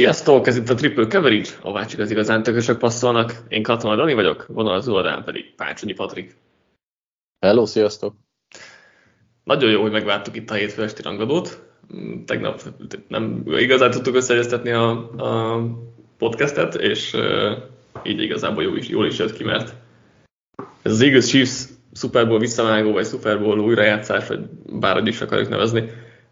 Sziasztok, ez itt a Triple Coverage, ahová csak az igazán tökösök passzolnak. Én Katona Dani vagyok, vonal oldalán pedig Pácsonyi Patrik. Hello, sziasztok! Nagyon jó, hogy megvártuk itt a hétfő esti rangadót. Tegnap nem igazán tudtuk összeegyeztetni a podcastet, és így igazából jól is jött ki, mert ez az Eagles Chiefs Super Bowl visszavágó, vagy Super Bowl újrajátszás, vagy bárhogy is akarjuk nevezni,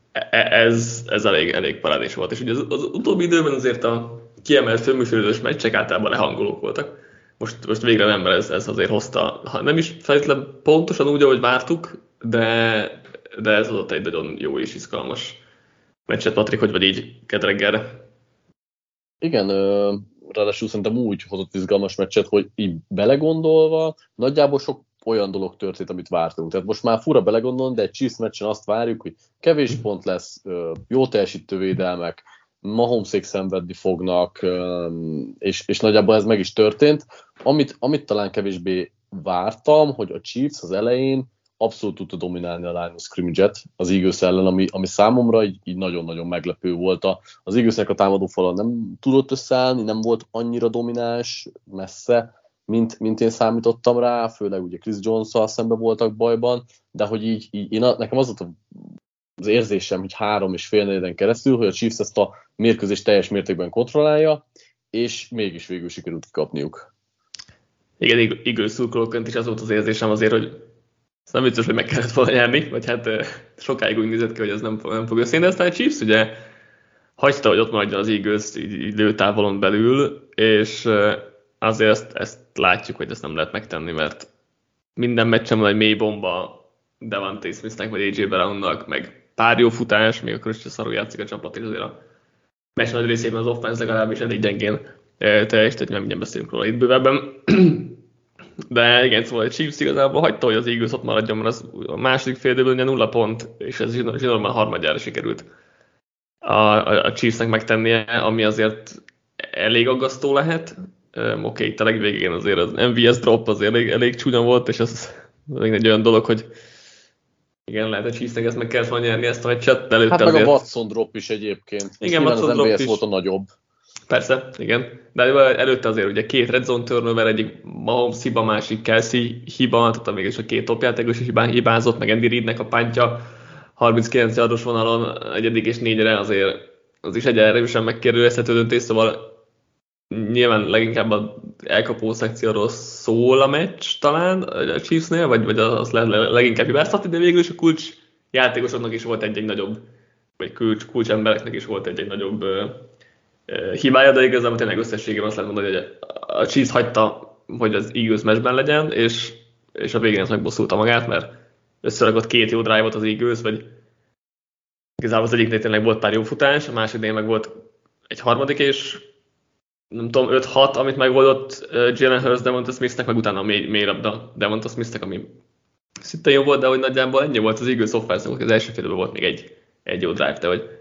ez elég parádés volt. És ugye az utóbbi időben azért a kiemelt főműsorozós meccsek általában lehangolók voltak. Most végre nem, mert ez azért hozta, nem is feltétlenül pontosan úgy, ahogy vártuk, de ez adott egy nagyon jó és izgalmas meccset. Patrik, hogy vagy így kedd reggelre? Igen, ráadásul szerintem úgy hozott izgalmas meccset, hogy így belegondolva nagyjából sok olyan dolog történt, amit vártunk. Tehát most már fura belegondolni, de egy Chiefs meccsen azt várjuk, hogy kevés pont lesz, jó teljesítő védelmek, Mahomesék szenvedni fognak, és nagyjából ez meg is történt. Amit talán kevésbé vártam, hogy a Chiefs az elején abszolút tudta dominálni a line of scrimmage-et az Eagles ellen, ami számomra így nagyon-nagyon meglepő volt. Az Eaglesnek a támadófala nem tudott összeállni, nem volt annyira domináns messze, mint én számítottam rá, főleg ugye Chris Jones-szal szembe voltak bajban, de hogy nekem az volt az érzésem, hogy 3,5 keresztül, hogy a Chiefs ezt a mérkőzést teljes mértékben kontrollálja, és mégis végül sikerült kapniuk. Igen, Eagles szurkolóként is az volt az érzésem azért, hogy ez nem vicces, hogy meg kellett volna nyerni, vagy hát sokáig úgy nézett ki, hogy ez nem fog összejönni, de aztán a Chiefs ugye hagyta, hogy ott maradjon az Eagles időtávolon belül, és azért ezt látjuk, hogy ezt nem lehet megtenni, mert minden meccsen van egy mély bomba Devontae Smithnek, vagy AJ Brownnak, meg pár jó futás, még akkor is szarul játszik a csapat, és azért a meccs nagy részében az offense legalábbis elég gyengén teljesített, mert mindjárt beszélünk róla itt bővebben. De igen, szóval a Chiefs igazából hagyta, hogy az Eagles ott maradjon, mert az a második fél időben ugye 0 pont, és ez zsinórban harmadjára sikerült a Chiefsnek megtennie, ami azért elég aggasztó lehet. Oké, itt a legvégén azért az MVS drop azért elég csúnya volt, és ez egy olyan dolog, hogy igen, lehet a Chiefsnek ezt meg kellett volna nyerni ezt a meccset, de előtte hát azért... meg a Watson drop is egyébként. Igen, Watson az drop MVS is volt a nagyobb. Persze, igen. De előtte azért ugye 2 red zone turnover, egyik Mahomes hiba, másik Kelsey hiba, tehát mégis a 2 topjátékos is hibázott, meg Andy Reidnek a pántja 39 yardos vonalon, 1. és 4-re azért az is egy erősen megkérdőjelezhető döntés, szóval nyilván leginkább az elkapó szekcióról szól a meccs talán a Chiefsnél, vagy az leginkább hibáztatni, de végül is a kulcs játékosoknak is volt egy nagyobb, vagy kulcs embereknek is volt egy nagyobb hibája, de igazából tényleg összességében azt lehet mondani, hogy a Chiefs hagyta, hogy az Eagles meccsben legyen, és a végén ezt megbosszulta magát, mert összerakott 2 jó drive-ot az Eagles, vagy igazából az egyiknél tényleg volt pár jó futás, a másiknél meg volt egy harmadik, és nem tudom, 5-6, amit megoldott Jalen Hurts Devonta Smithnek, meg utána a mély labda Devonta Smithnek, ami szinte jó volt, de hogy nagyjából ennyi volt az Eagles offense-nak, az első félben volt még egy jó drive, de hogy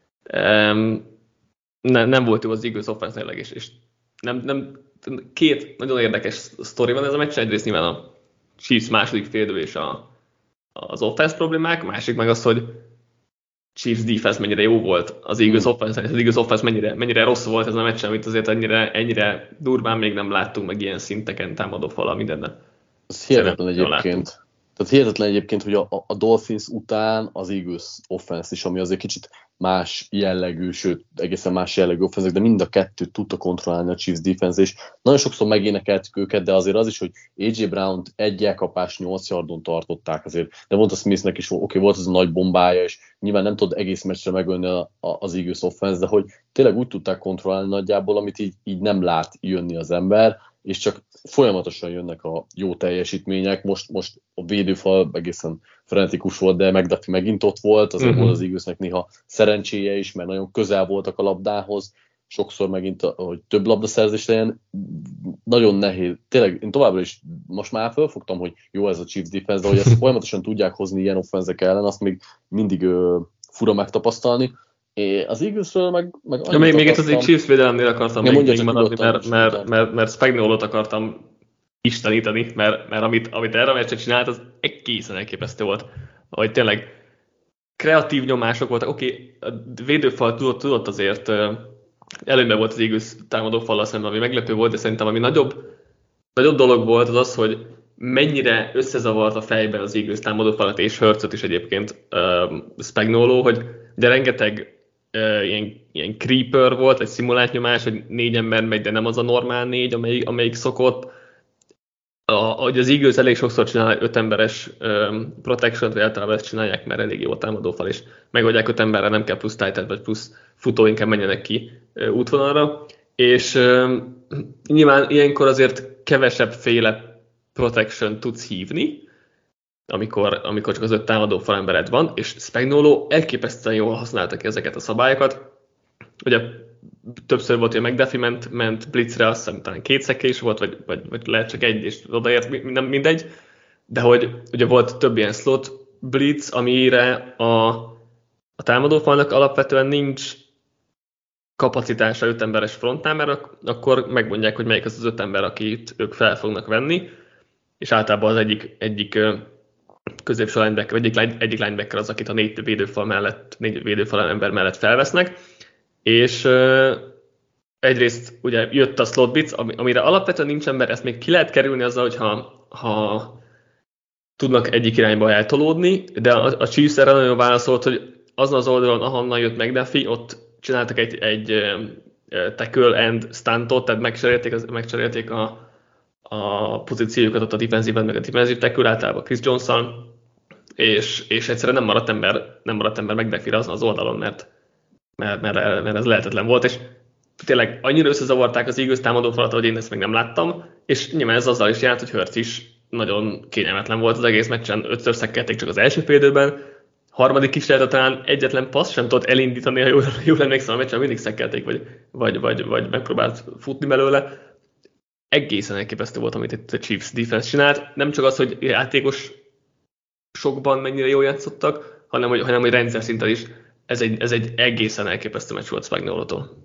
nem volt jó az Eagles offense-nél, és nem 2 nagyon érdekes sztori van ez a meccsen. Egyrészt nyilván a Chiefs második fél és az offense problémák, másik meg az, hogy Chiefs defense mennyire jó volt az Eagles offense, és az Eagles offense mennyire rossz volt ez a meccsen, amit azért ennyire durván még nem láttunk, meg ilyen szinteken támadó fala mindennel. Ez hihetetlen egyébként. Tehát hihetetlen egyébként, hogy a Dolphins után az Eagles offense is, ami azért kicsit más jellegű, sőt egészen más jellegű offense, de mind a kettőt tudta kontrollálni a Chiefs defense, és nagyon sokszor megénekeltük őket, de azért az is, hogy AJ Brown egy elkapás 8 yardon tartották azért, de Devonta Smithnek is volt az a nagy bombája, és nyilván nem tud egész meccsre megölni az Eagles offense, de hogy tényleg úgy tudták kontrollálni nagyjából, amit így nem lát jönni az ember, és csak folyamatosan jönnek a jó teljesítmények. Most a védőfal egészen frenetikus volt, de McDuffie megint ott volt, azért volt az Eaglesnek néha szerencséje is, mert nagyon közel voltak a labdához, sokszor megint, hogy több labdaszerzés legyen, nagyon nehéz. Tényleg én továbbra is most már felfogtam, hogy jó ez a Chiefs defense, de hogy ezt folyamatosan tudják hozni ilyen offenzek ellen, azt még mindig fura megtapasztalni. Az Eaglesről meg még itt az egy Chiefs védelemnél akartam még maradni, mert Spagnuolot akartam isteníteni, mert amit erre a meccset csinált, az egészen elképesztő volt. Hogy tényleg kreatív nyomások voltak. Oké, a védőfal tudott azért előnyben volt az Eagles támadó fallal szemben, ami meglepő volt, de szerintem ami nagyobb dolog volt az, hogy mennyire összezavart a fejben az Eagles támadó falat és Hurtsot is egyébként Spagnuolo, hogy de rengeteg ilyen creeper volt, egy szimulált nyomás, hogy 4 ember megy, de nem az a normál 4, amelyik szokott. Hogy az Eagles elég sokszor csinál 5 emberes protection-t, vagy általában ezt csinálják, mert elég jó a támadófal, és megoldják 5 emberre, nem kell plusz tight end, vagy plusz futó, inkább menjenek ki útvonalra. És nyilván ilyenkor azért kevesebb féle protection tudsz hívni, amikor csak az 5 támadó falembered van, és Spagnuolo elképesztően jól használta ki ezeket a szabályokat. Ugye többször volt, hogy a McDuffie ment blitzre, azt hiszem talán 2 szekkés volt, vagy lehet csak egy, és odaért, mindegy. De hogy ugye volt több ilyen slot blitz, amire a támadófalnak alapvetően nincs kapacitása 5 emberes frontnál, mert akkor megmondják, hogy melyik az 5 ember, akit ők fel fognak venni, és általában az egyik középső linebacker, egyik linebacker az, akit a 4 védőfal ember mellett felvesznek, és egyrészt ugye jött a slot blitz, amire alapvetően nincs ember, ezt még ki lehet kerülni azzal, hogy ha tudnak egyik irányba eltolódni, de a Chiefs erre nagyon válaszolt, hogy azon az oldalon, ahonnan jött McDuffie, ott csináltak egy tackle end stuntot, tehát megcserélték a pozíciójukat ott a defensive end, meg a defensive tackle, általában Chris Johnson, és egyszerűen nem maradt ember McDuffie-re azon az oldalon, mert ez lehetetlen volt, és tényleg annyira összezavarták az Eagles támadófalat, hogy én ezt még nem láttam, és nyilván ez azzal is járt, hogy Hurts is nagyon kényelmetlen volt az egész meccsen, 5-ször szekkelték csak az első fél időben, harmadik kísérletet talán egyetlen passz sem tudott elindítani, ha jól emlékszem, a meccsen mindig szekkelték, vagy megpróbált futni belőle. Egészen elképesztő volt, amit itt a Chiefs defense csinált. Nem csak az, hogy játékos sokban mennyire jól játszottak, hanem hogy rendszer szinten is. Ez egy egészen elképesztő meccs volt Spagnuolótól.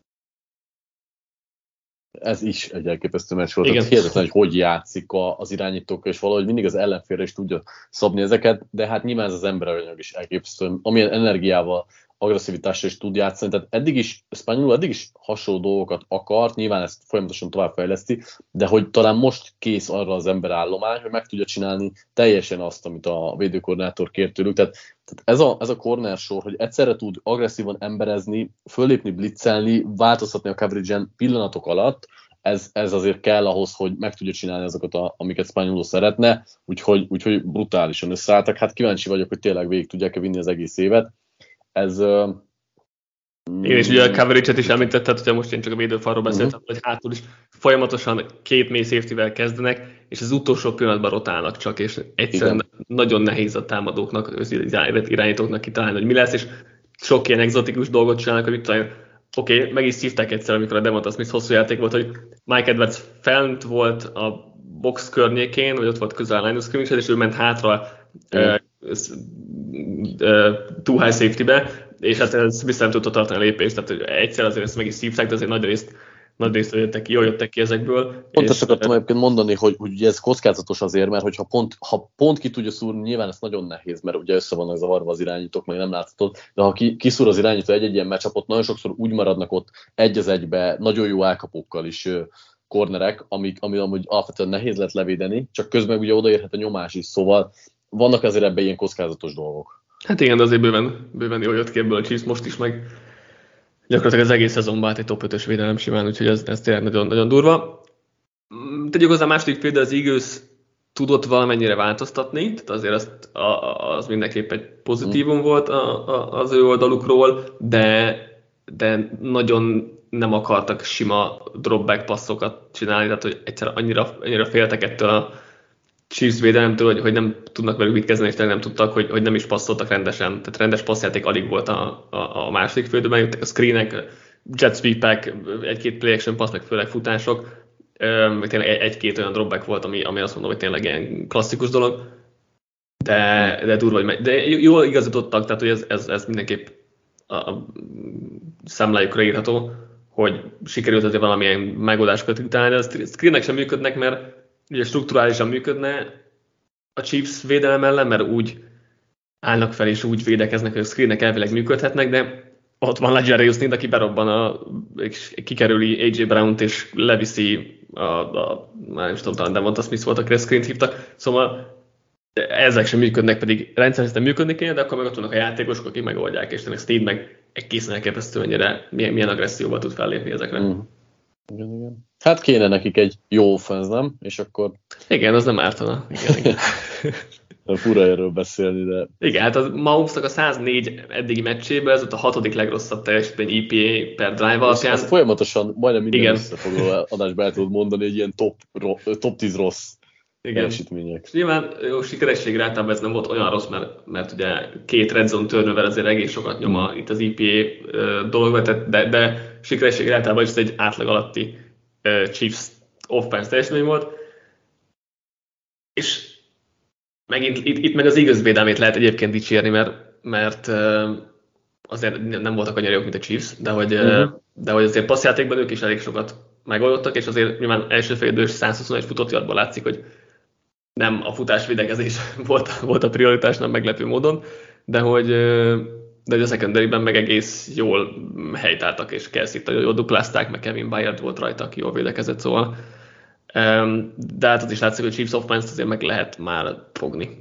Ez is egy elképesztő meccs volt. Hihetetlen, hogy játszik az irányítókkal, és valahogy mindig az ellenfélre is tudja szabni ezeket, de hát nyilván ez az emberanyag is elképesztő. Amilyen energiával, agresszivitással is tud játszani, tehát eddig is hasonló dolgokat akart, nyilván ezt folyamatosan továbbfejleszti, de hogy talán most kész arra az emberállomány, hogy meg tudja csinálni teljesen azt, amit a védőkoordinátor kért tőlük. Tehát ez a corner sor, hogy egyszerre tud agresszívan emberezni, föllépni, blitzelni, változtatni a coverage-en pillanatok alatt, ez azért kell ahhoz, hogy meg tudja csinálni azokat, amiket Spagnuolo szeretne, úgyhogy brutálisan összeálltak. Hát kíváncsi vagyok, hogy tényleg végig tudják-e vinni az egész évet. Én is ugye a coverage-et is említetted, hogyha most én csak a védőfalról beszéltem, hogy hátul is folyamatosan 2 mély safety-vel kezdenek, és az utolsó pillanatban rotálnak csak, és egyszerűen nagyon nehéz a támadóknak, az irányítóknak kitalálni, hogy mi lesz, és sok ilyen egzotikus dolgot csinálnak, hogy talán meg is szívták egyszer, amikor a Devonta Smith hosszú játék volt, hogy Mike Edwards fent volt a box környékén, vagy ott volt közel a line of scrimmage, és ő ment hátra too high safety-be, és hát ez vissza nem tudta tartani a lépést, tehát egyszer azért ezt meg is szívták, de azért nagy részt jól jöttek ki ezekből. Pont ezt akartam egyébként mondani, hogy ugye ez kockázatos azért, mert hogyha pont ki tudja szúrni, nyilván ez nagyon nehéz, mert ugye össze vannak zavarva az irányítók, meg nem láthatod, de ha kiszúr az irányító egy ilyen matchupot, nagyon sokszor úgy maradnak ott egy az egybe, nagyon jó elkapókkal is cornerek, ami amúgy alapvetően nehéz lehet levédeni, csak közben ugye odaérhet a nyomás is, szóval vannak azért ebben ilyen kockázatos dolgok. Hát igen, de azért bőven jól jött ki ebből a Chiefs most is, meg gyakorlatilag az egész szezonban egy top 5-ös védelem simán, úgyhogy ez tényleg nagyon, nagyon durva. Tegyük hozzá a második fél, de az Eagles tudott valamennyire változtatni, tehát azért az mindenképp egy pozitívum volt az ő oldalukról, de nagyon nem akartak sima dropback passzokat csinálni, tehát hogy egyszer annyira féltek ettől a Chiefs védelemtől, hogy nem tudnak velük mit kezdeni, és nem tudtak, hogy nem is passzoltak rendesen. Tehát rendes passzjáték alig volt a második félidőben, jöttek a screenek, jet sweepek, egy-két play action passz, meg főleg futások, meg tényleg egy-két olyan dropback volt, ami azt mondom, hogy tényleg ilyen klasszikus dolog, de durva, hogy de jól igazítottak, tehát hogy ez mindenképp a számlájukra írható, hogy sikerült azért valamilyen megoldásokat utálni, de a screenek sem működnek, mert ugye strukturálisan működne a Chiefs védelem ellen, mert úgy állnak fel és úgy védekeznek, hogy a screenek elvileg működhetnek, de ott van Legarius Sneed, aki berobban, és kikerüli AJ Brown-t, és leviszi már nem is tudom, talán Devonta Smith volt, akire screen-t hívtak. Szóval ezek sem működnek, pedig rendszeresen működni kéne, de akkor meg ott vannak a játékosok, akik megoldják, és tényleg Sneed meg egészen elképesztő, milyen agresszióval tud fellépni ezekre. Igen. Hát kéne nekik egy jó offense, nem? És akkor... Igen, az nem ártana. Igen. Fura erről beszélni, de... Igen, hát a Mahomesnak a 104 eddigi meccsében ez ott a 6. legrosszabb teljesítmény EPA per drive alapján. Ezt folyamatosan majdnem minden összefoglaló adásban el tudod mondani, egy ilyen top 10 rossz teljesítmények. És nyilván jó sikerességre általában ez nem volt olyan rossz, mert ugye 2 red zone turnover azért egész sokat nyom itt az EPA dolog, de sikerességre általában is egy átlag alatti Chiefs offense teljesítmény volt. És megint itt meg az Eagles védelmét lehet egyébként dicsérni, mert azért nem voltak annyira jók, mint a Chiefs, de hogy azért passzjátékban ők is elég sokat megoldottak, és azért nyilván első fél idős 121 futott yardban látszik, hogy nem a futás védekezés volt a prioritás, nem meglepő módon, de hogy a secondary-ben meg egész jól helytáltak, és Kelsey-t jól duplázták, meg Kevin Byard volt rajta, aki jól védekezett, szóval. De hát az is látszik, hogy Chiefs offense azért meg lehet már fogni.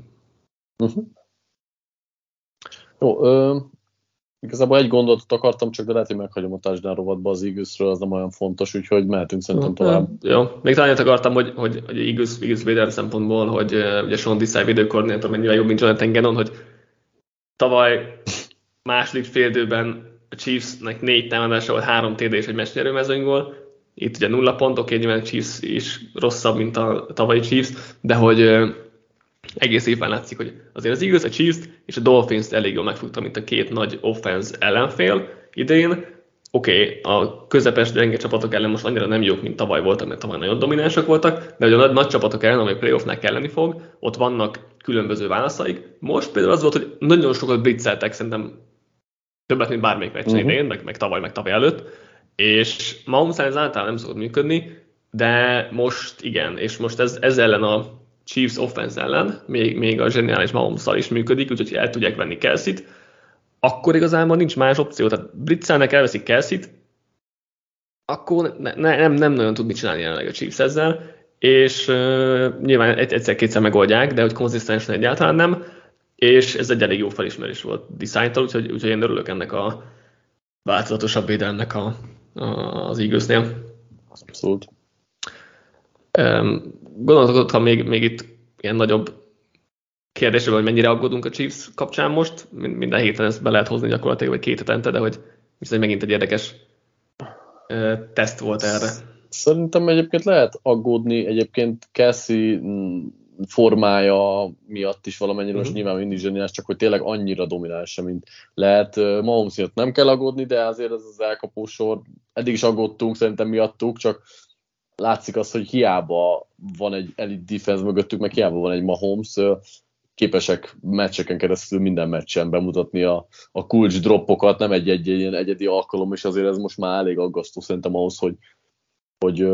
Jó, igazából egy gondolatot akartam, csak de lehet, hogy meghagyom a touchdown rovatba az Eaglesről, az nem olyan fontos, úgyhogy mehetünk szerintem tovább. Jó, még talán akartam, hogy Eagles védelmi szempontból, hogy ugye Sean Desai védőkoordinátor mennyivel jobb, mint Jonathan Gannon, hogy tavaly második féldőben a Chiefsnek 4 támadása volt, 3 TD és egy meccsnyerőmezőny. Itt ugye 0 pont, oké, nyilván a Chiefs is rosszabb, mint a tavalyi Chiefs, de hogy egész évben látszik, hogy azért az Eagles, a Chiefs és a Dolphins elég jól megfogta, mint a 2 nagy offense ellenfél idén. Oké, a közepes gyenge csapatok ellen most annyira nem jók, mint tavaly voltak, mert tavaly nagyon dominánsak voltak, de hogy a nagy csapatok ellen, amely playoffnál kelleni fog, ott vannak különböző válaszaik. Most például az volt, hogy nagyon sokat blitzeltek, szerintem többet, mint bármelyik meccsen idén, meg tavaly előtt, és Mahomes ez általában nem szokott működni, de most igen, és most ez ellen a Chiefs offense ellen, még a zseniális Mahomes-szal is működik, úgyhogy el tudják venni Kelsey-t, akkor igazából nincs más opció, tehát blitzelnek, elveszik Kelsey-t, akkor nem nagyon tud mit csinálni jelenleg a Chiefs ezzel, és nyilván egyszer-kétszer megoldják, de hogy konzisztensen egyáltalán nem, és ez egy elég jó felismerés volt Desai-tól, úgyhogy én örülök ennek a változatosabb védelemnek az Eaglesnél. Abszolút. Gondoltok, ha még itt ilyen nagyobb kérdésről, hogy mennyire aggódunk a Chiefs kapcsán most, minden héten ezt be lehet hozni gyakorlatilag, vagy 2 hetente, de hogy viszont megint egy érdekes teszt volt erre. Szerintem egyébként lehet aggódni, egyébként Kelsey formája miatt is valamennyire, most nyilván mindig zseniás, csak hogy tényleg annyira domináns sem, mint lehet. Mahomes miatt nem kell aggódni, de azért ez az elkapósor, eddig is aggódtunk szerintem miattuk, csak látszik az, hogy hiába van egy elite defense mögöttük, meg hiába van egy Mahomes, képesek meccseken keresztül minden meccsen bemutatni a kulcs droppokat, nem egy ilyen egyedi alkalom, és azért ez most már elég aggasztó szerintem ahhoz, hogy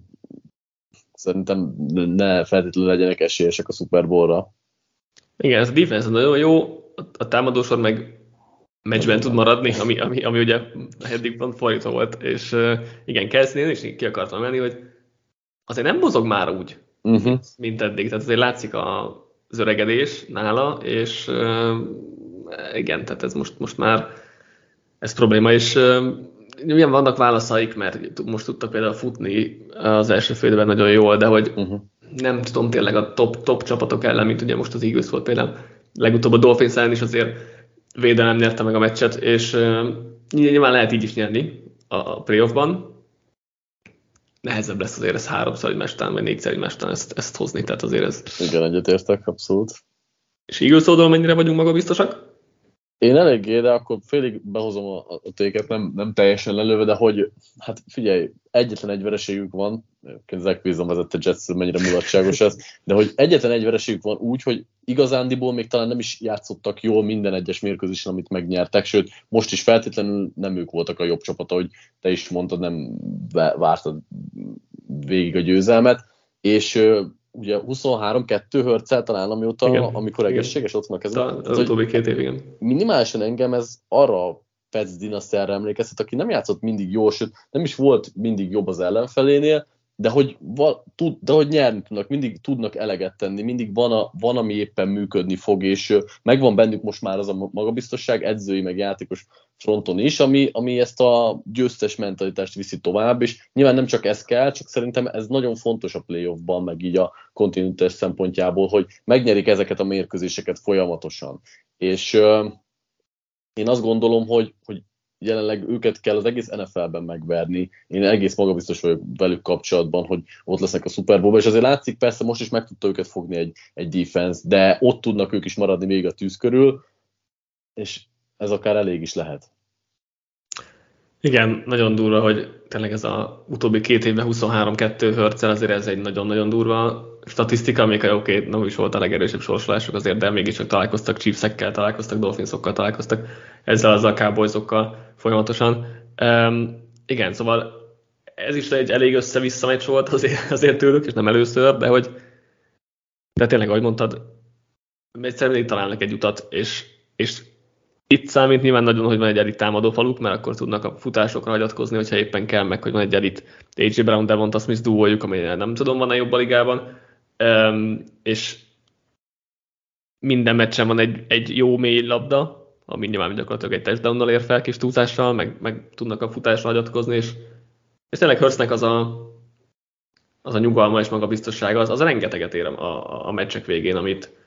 szerintem ne feltétlenül legyenek esélyesek a Super Bowl-ra. Igen, ez a defense nagyon jó, a támadósor meg meccsben tud maradni, ami ugye eddig pont fordítva volt, és igen, Kelsey-nél is ki akartam menni, hogy azért nem mozog már úgy, mint eddig, tehát azért látszik az öregedés nála, és igen, tehát ez most már ez probléma, és milyen vannak válaszaik, mert most tudtak például futni az első félidőben nagyon jól, de hogy nem tudom tényleg a top csapatok ellen, mint ugye most az Eagles volt például. Legutóbb a Dolphins ellen is azért védelem nyerte meg a meccset, és nyilván lehet így is nyerni a playoffban. Nehezebb lesz azért ez 3-szor egymás után, vagy 4-szer egymás után ezt hozni, tehát azért ez... Igen, egyetértek, abszolút. És Eagles oldalon mennyire vagyunk magabiztosak? Én eléggé, de akkor félig behozom a téket, nem teljesen lelőve, de hogy, hát figyelj, egyetlen egy vereségük van, Zach Wilson vezette Jets, mennyire mulatságos ez, de hogy egyetlen egy vereségük van úgy, hogy igazándiból még talán nem is játszottak jól minden egyes mérkőzésen, amit megnyertek, sőt, most is feltétlenül nem ők voltak a jobb csapat, ahogy te is mondtad, nem vártad végig a győzelmet, és ugye 23-2 Hurtsel talán, amióta, amikor egészséges ott van a kezem. Az utóbbi 2 év, igen. Minimálisan engem ez arra Pets dinasztiára emlékeztet, aki nem játszott mindig jól, sőt nem is volt mindig jobb az ellenfelénél, de hogy nyerni tudnak, mindig tudnak eleget tenni, mindig van, ami éppen működni fog, és megvan bennük most már az a magabiztosság, edzői meg játékos fronton is, ami ezt a győztes mentalitást viszi tovább, és nyilván nem csak ez kell, csak szerintem ez nagyon fontos a playoffban, meg így a kontinuitás szempontjából, hogy megnyerik ezeket a mérkőzéseket folyamatosan. És én azt gondolom, hogy jelenleg őket kell az egész NFL-ben megverni. Én egész magabiztos vagyok velük kapcsolatban, hogy ott lesznek a Super Bowl-ban, és azért látszik, persze most is meg tudta őket fogni egy defense, de ott tudnak ők is maradni még a tűz körül, és ez akár elég is lehet. Igen, nagyon durva, hogy tényleg ez az utóbbi 2 évben 23-2 Hurtsel, azért ez egy nagyon-nagyon durva statisztika, amik oké, nem is volt a legerősebb sorsolások azért, de mégiscsak találkoztak Chiefsekkel, találkoztak Dolphinsokkal, találkoztak ezzel az a Cowboysokkal folyamatosan. Igen, szóval ez is egy elég össze-vissza meccs volt azért tőlük, és nem először, de tényleg, ahogy mondtad, egyszer mindig találnak egy utat, és itt számít nyilván nagyon, hogy van egy elit támadó faluk, mert akkor tudnak a futásokra hagyatkozni, hogyha éppen kell, meg hogy van egy elit A.J. Brown, Devonta Smith duójuk, ami nem tudom, van-e jobb a ligában, és minden meccsen van egy jó mély labda, ami nyilván gyakorlatilag egy touchdownnal ér fel, kis túlzással, meg tudnak a futásra hagyatkozni, és tényleg Hurtsnek az a nyugalma és magabiztossága, az rengeteget ér a meccsek végén,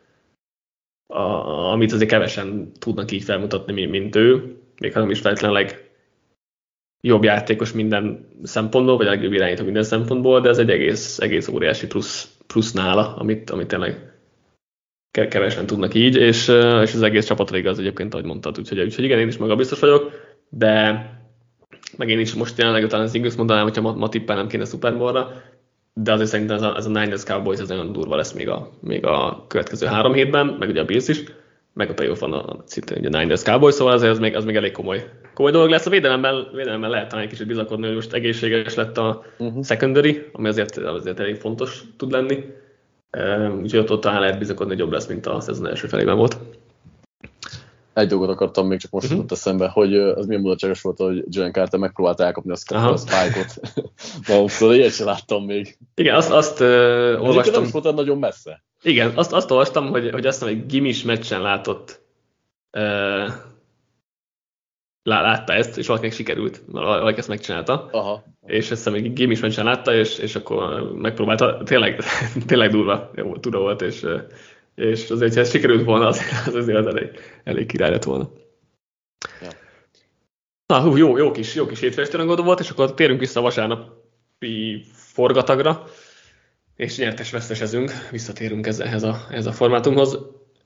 amit azért kevesen tudnak így felmutatni, mint ő, még ha nem is feltétlenül jobb játékos minden szempontból, vagy a legjobb irányító minden szempontból, de ez egy egész óriási plusz nála, amit tényleg kevesen tudnak így, és az egész csapatra igaz egyébként, ahogy mondtad, úgyhogy igen, én is magabiztos vagyok, de meg én is most jelenleg talán az Eagles mondanám, hogyha ma tippelnem kéne Super Bowl-ra, de azért szerintem ez a Niners Cowboys ez nagyon durva lesz még a következő 3 hétben, meg ugye a Bills is, meg a playoff van a Niners Cowboys, szóval az még elég komoly dolog lesz. A védelemmel lehet talán egy kicsit bizakodni, hogy most egészséges lett a secondary, ami azért elég fontos tud lenni. Úgyhogy ott talán lehet bizakodni, hogy jobb lesz, mint a szezon első felében volt. Egy dolgot akartam még csak most jutott eszembe, hogy az milyen mulatságos volt, hogy Jalen Carter megpróbálta elkapni a spike-ot. Szóval ilyet sem láttam még. Igen, azt olvastam. Nem is volt nagyon messze. Igen, azt olvastam, hogy azt mondom, egy gimis meccsen látta ezt, és valakinek sikerült, valaki ezt megcsinálta. Aha. És ezt egy gimis meccsen látta, és akkor megpróbálta. Tényleg durva volt, és azért, ha ez sikerült volna, az elég király lett volna. Ja. Na, jó kis hétfőstőrangodó volt, és akkor térünk vissza a vasárnapi forgatagra, és nyertes-vesztesezünk, visszatérünk ehhez a formátumhoz.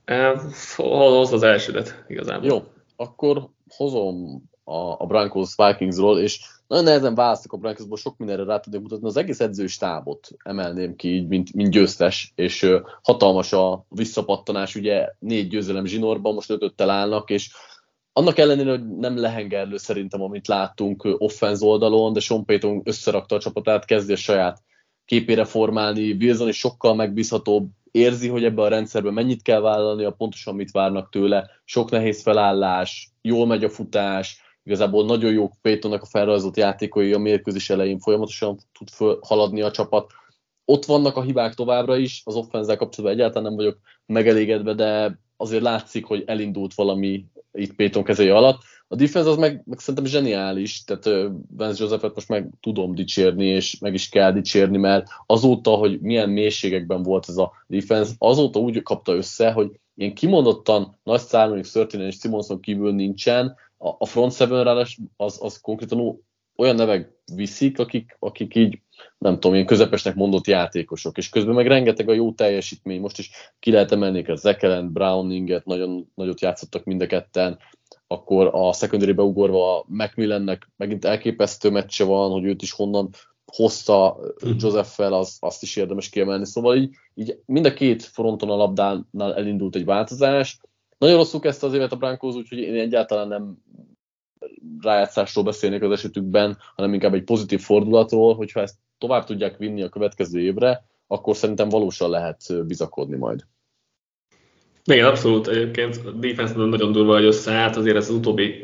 Hozd az elsődet igazából. Jó, akkor hozom a Broncos Vikingsról, és nagyon nehezen választok a Broncosból, sok mindenre rá tudnék mutatni. Az egész edzői stábot emelném ki így, mint győztes, és hatalmas a visszapattanás, ugye 4 győzelem zsinórban, most 5-5-tel állnak, és annak ellenére, hogy nem lehengerlő szerintem, amit láttunk offense oldalon, de Sean Payton összerakta a csapatát, kezdi a saját képére formálni, Wilson is sokkal megbízhatóbb, érzi, hogy ebben a rendszerben mennyit kell vállalnia, pontosan mit várnak tőle, sok nehéz felállás, jól megy a futás, igazából nagyon jó Paytonnak a felrajzolt játékai a mérkőzés elején folyamatosan tud haladni a csapat. Ott vannak a hibák továbbra is, az offense-zel kapcsolatban egyáltalán nem vagyok megelégedve, de azért látszik, hogy elindult valami itt Payton kezei alatt. A defense az meg szerintem zseniális, tehát Vance Josephet most meg tudom dicsérni, és meg is kell dicsérni, mert azóta, hogy milyen mélységekben volt ez a defense, azóta úgy kapta össze, hogy ilyen kimondottan nagy szár, mondjuk Szörténen és Simonson kívül nincsen, a front seven az konkrétan olyan nevek viszik, akik így, nem tudom, ilyen közepesnek mondott játékosok, és közben meg rengeteg a jó teljesítmény, most is ki lehet emelni a Zach Allen, Browninget, nagyon nagyot játszottak mind a ketten, akkor a secondary-be ugorva a Macmillannek megint elképesztő meccse van, hogy őt is honnan hozta Joseph-fel, azt is érdemes kiemelni. Szóval így mind a két fronton a labdánál elindult egy változás. Nagyon rosszul kezdte az évet a Broncos, úgyhogy én egyáltalán nem rájátszásról beszélnék az esetükben, hanem inkább egy pozitív fordulatról, hogyha ezt tovább tudják vinni a következő évre, akkor szerintem valósan lehet bizakodni majd. Igen, abszolút. Egyébként a defense nagyon durva, hogy összeállt, azért ez az utóbbi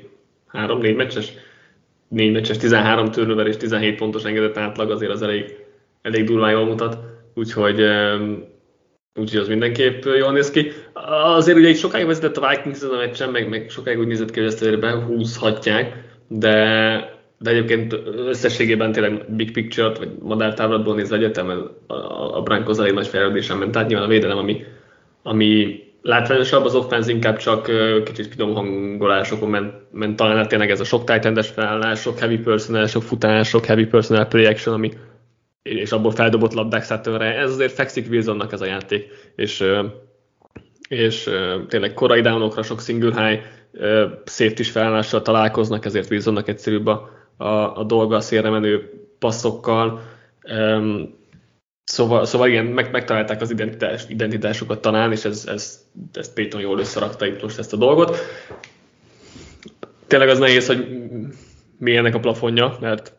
4 meccses? 4 meccses, 13 turnover és 17 pontos engedett átlag, azért az elég durván jól mutat, úgyhogy az mindenképp jól néz ki. Azért ugye így sokáig vezetett a Vikings ezen a meccsen, meg sokáig úgy nézett ki, hogy ezt azért behúzhatják, de egyébként összességében tényleg big picture-t, vagy madártávlatból nézve egyetemen a Broncos elég nagy fejlődésen ment. Tehát nyilván a védelem, ami látványosabb, az offense inkább csak kicsit finom hangolásokon ment talán, tényleg ez a sok tight endes felállás, sok heavy personnel, sok futás, sok heavy personnel play action, és abból feldobott labdák Suttonre. Ez azért fekszik Wilsonnak ez a játék, és tényleg korai downokra sok single high safety-s felállással találkoznak, ezért Wilsonnak egyszerűbb a dolga a szélre menő passzokkal. Szóval igen, megtalálták az identitásukat talán, és ezt Payton jól összerakta itt most ezt a dolgot. Tényleg az nehéz, hogy mi ennek a plafonja, mert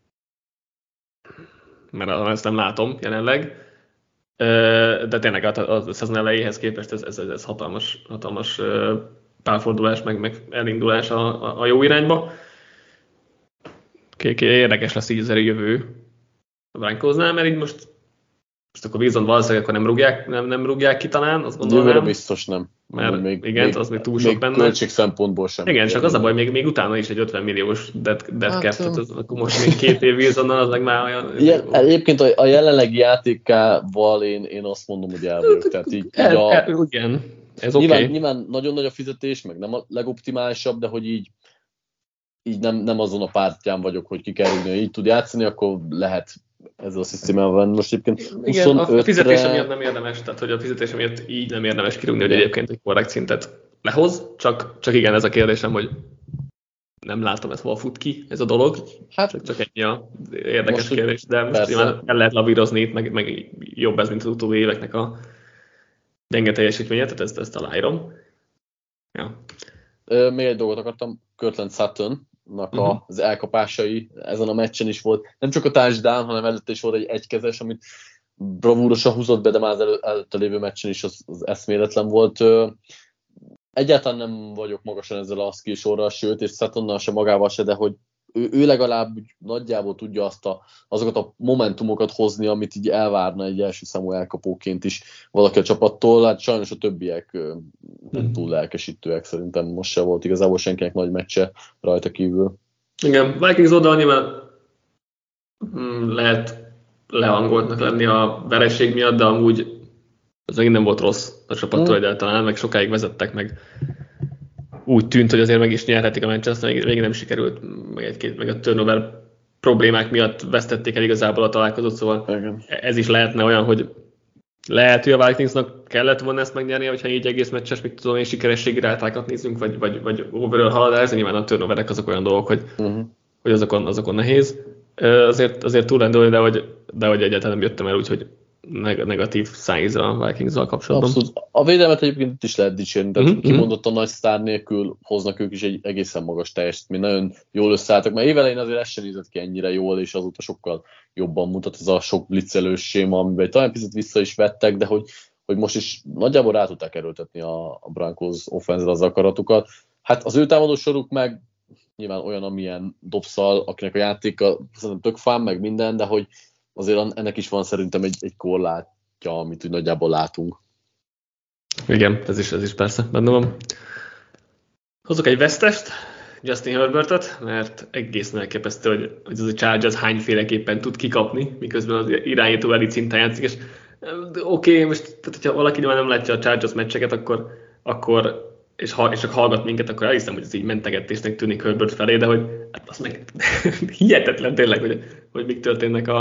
ezt nem látom jelenleg. De tényleg a szezon elejéhez képest ez hatalmas pálfordulás, meg elindulás a jó irányba. Érdekes lesz így az jövő a Broncosnál, mert így most akkor Wilson valószínűleg akkor nem rúgják ki talán, azt gondolom. Jövőre biztos nem. Mert igen, az még túl sok benne. Költség szempontból sem. Igen, csak az a baj, még utána is egy 50 milliós dead cap, tehát akkor most még 2 év Wilsonnal, az meg már olyan... Egyébként a jelenlegi játékával én azt mondom, hogy el vagyok. Tehát igen, ez oké. Nyilván nagyon nagy a fizetés, meg nem a legoptimálisabb, de hogy így nem azon a pártján vagyok, hogy ki kell rúgni, hogy így tud játszani, akkor lehet ezzel a szisztémával venni. Most egyébként igen, a fizetése miatt nem érdemes, tehát hogy a fizetése miatt így nem érdemes kirúgni, hogy egyébként egy korrekt szintet lehoz, csak igen, ez a kérdésem, hogy nem látom, ez hol fut ki, ez a dolog. Hát, csak ennyi a érdekes kérdés, de most nyilván el lehet lavírozni itt, meg jobb ez, mint az utóbbi éveknek a gyenge teljesítménye, tehát ezt aláírom. Ja. Még egy dolgot akartam, Courtland Suttonnak az elkapásai ezen a meccsen is volt. Nem csak a touchdown, hanem előtte is volt egy egykezes, amit bravúrosan húzott be, de már az előtte lévő meccsen is az eszméletlen volt. Egyáltalán nem vagyok magasan ezzel a skill sorral, sőt, és Suttonnal se magával se, de hogy ő legalább nagyjából tudja azokat a momentumokat hozni, amit így elvárna egy első számú elkapóként is valaki a csapattól. Hát sajnos a többiek nem túl lelkesítőek, szerintem most se volt igazából senkinek nagy meccse rajta kívül. Igen, Vikings oldal nyilván lehet lehangoltnak lenni a vereség miatt, de amúgy az megint nem volt rossz a csapattól egyáltalán, meg sokáig vezettek, meg úgy tűnt, hogy azért meg is nyerhetik a meccset, aztán még nem sikerült, meg a turnover problémák miatt vesztették el igazából a találkozót, szóval ez is lehetne olyan, hogy lehet, hogy a Vikingsnak kellett volna ezt megnyerni, hogyha így egész meccses, mit tudom én, sikerességi rátákat nézzünk, vagy overall haladás, nyilván a turnoverek azok olyan dolgok, hogy azokon nehéz. Azért túl rendőlni, de hogy egyáltalán nem jöttem el úgy, hogy negatív szájzra a Vikings-zal kapcsolatban. Abszolút. A védelmet egyébként itt is lehet dicsérni, tehát kimondottan nagy sztár nélkül hoznak ők is egy egészen magas teljesítményt, nagyon jól összeálltak, mert évelején azért ez sem nézett ki ennyire jól, és azóta sokkal jobban mutat ez a sok blitzelős séma, amiben talán picit vissza is vettek, de hogy most is nagyjából rá tudták erőltetni a Broncos offense-re az akaratukat. Hát az ő támadó soruk meg nyilván olyan, amilyen Dobbs-szal, akinek a játéka szerintem tök fán, meg minden, de hogy azért ennek is van szerintem egy korlátja, amit úgy nagyjából látunk. Igen, ez is persze benne van. Hozok egy vesztest, Justin Herbertet, mert egészen elképesztő, hogy az a Chargers hányféleképpen tud kikapni, miközben az irányító elit szinten játszik, és oké, most tehát, hogyha valaki nem látja a Chargers meccseket, akkor és csak hallgat minket, akkor elhiszem, hogy ez így mentegetésnek tűnik Herbert felé, de hogy hát az meg hihetetlen tényleg, hogy mik történnek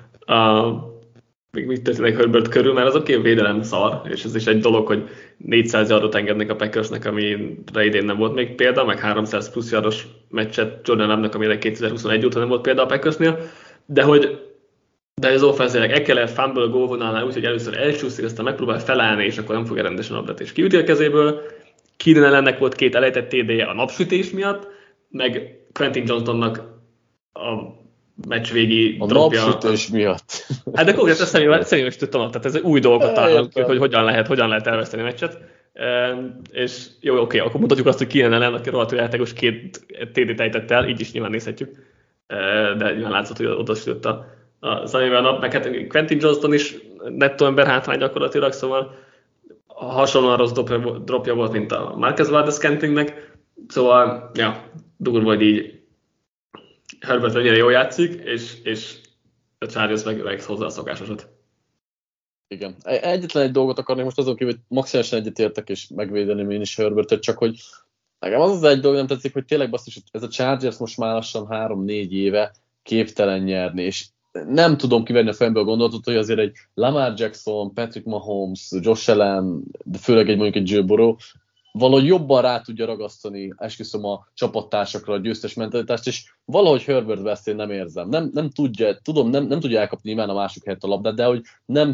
mik történnek Herbert körül, mert az oké, védelem szar, és ez is egy dolog, hogy 400 yardot engednek a Packersnek, amire idén nem volt még példa, meg 300 plusz yardos meccset Jordan Love-nak, amire 2021 óta nem volt példa a Packersnél, de az offense-nek Ekeler fumble gólvonalnál úgy, hogy először elcsúszik, aztán megpróbál felállni, és akkor nem fogja rendesen labdát, és kiüti a kezéből. Keenan Allennek volt 2 elejtett TD-je a napsütés miatt, meg Quentin Johnstonnak a meccs végi dropja. A napsütés miatt. Hát de konkrétan személyes tudtam, tehát ez új dolgot találunk, hogy hogyan lehet elveszteni a meccset. És jó, oké, akkor mutatjuk azt, hogy Keenan Allen, aki rohadt játékos, 2 TD-t ejtett el, így is nyilván nézhetjük. De nyilván látszott, hogy oda sütött a szemével nap, meg hát Quentin Johnston is nettó ember hátrány gyakorlatilag, szóval hasonlóan rossz dropja volt, mint a Marquez Valdes-Scantlingnek, szóval ja, durva, hogy így Herbert ennyire jól játszik, és a Chargers meg hozzá a szokásosat. Igen. Egyetlen egy dolgot akarnék most azon kívül, hogy maximálisan egyetértek, és megvédeném én is Herbertet, csak hogy nekem az egy dolog nem tetszik, hogy tényleg basszus, ez a Chargers most már lassan 3-4 éve képtelen nyerni, és nem tudom kivenni a fejemből a gondolatot, hogy azért egy Lamar Jackson, Patrick Mahomes, Josh Allen, de főleg mondjuk egy Joe Burrow valahogy jobban rá tudja ragasztani, esküszöm, a csapattársakra a győztes mentalitást, és valahogy Herbert West én nem érzem. Nem tudja elkapni nyilván a másik helyett a labdát, de hogy nem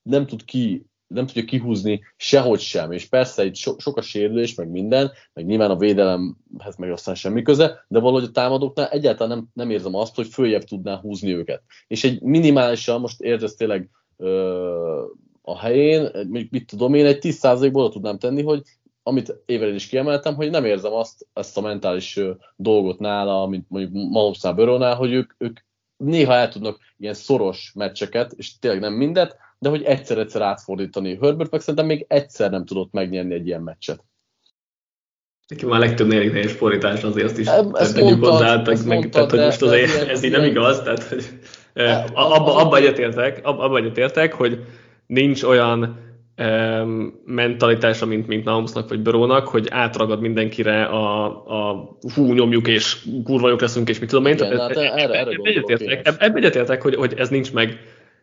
tudja kihúzni sehogy sem, és persze itt sok a sérülés, meg minden, meg nyilván a védelemhez meg aztán semmi köze, de valahogy a támadóknál egyáltalán nem érzem azt, hogy följebb tudná húzni őket. És egy minimálisan, most érzed tényleg a helyén, mit tudom én, egy 10%-ból oda tudnám tenni, hogy amit évelén is kiemeltem, hogy nem érzem ezt a mentális dolgot nála, mint mondjuk Mahomesnál, Burrownál, hogy ők néha el tudnak ilyen szoros meccseket, és tényleg nem mindet, de hogy egyszer átfordítani. Herbert meg szerintem még egyszer nem tudott megnyerni egy ilyen meccset. Neki már a legtöbb négyes fordítás azért is tegyük hozzá, tehát hogy most azért ez így nem igaz, tehát hogy abba egyetértek, hogy nincs olyan mentalitása, mint Mahomesnak vagy Burrownak, hogy átragad mindenkire a hú, nyomjuk és kurva jók leszünk, és mit tudom én. Ebben egyetértek, hogy ez nincs meg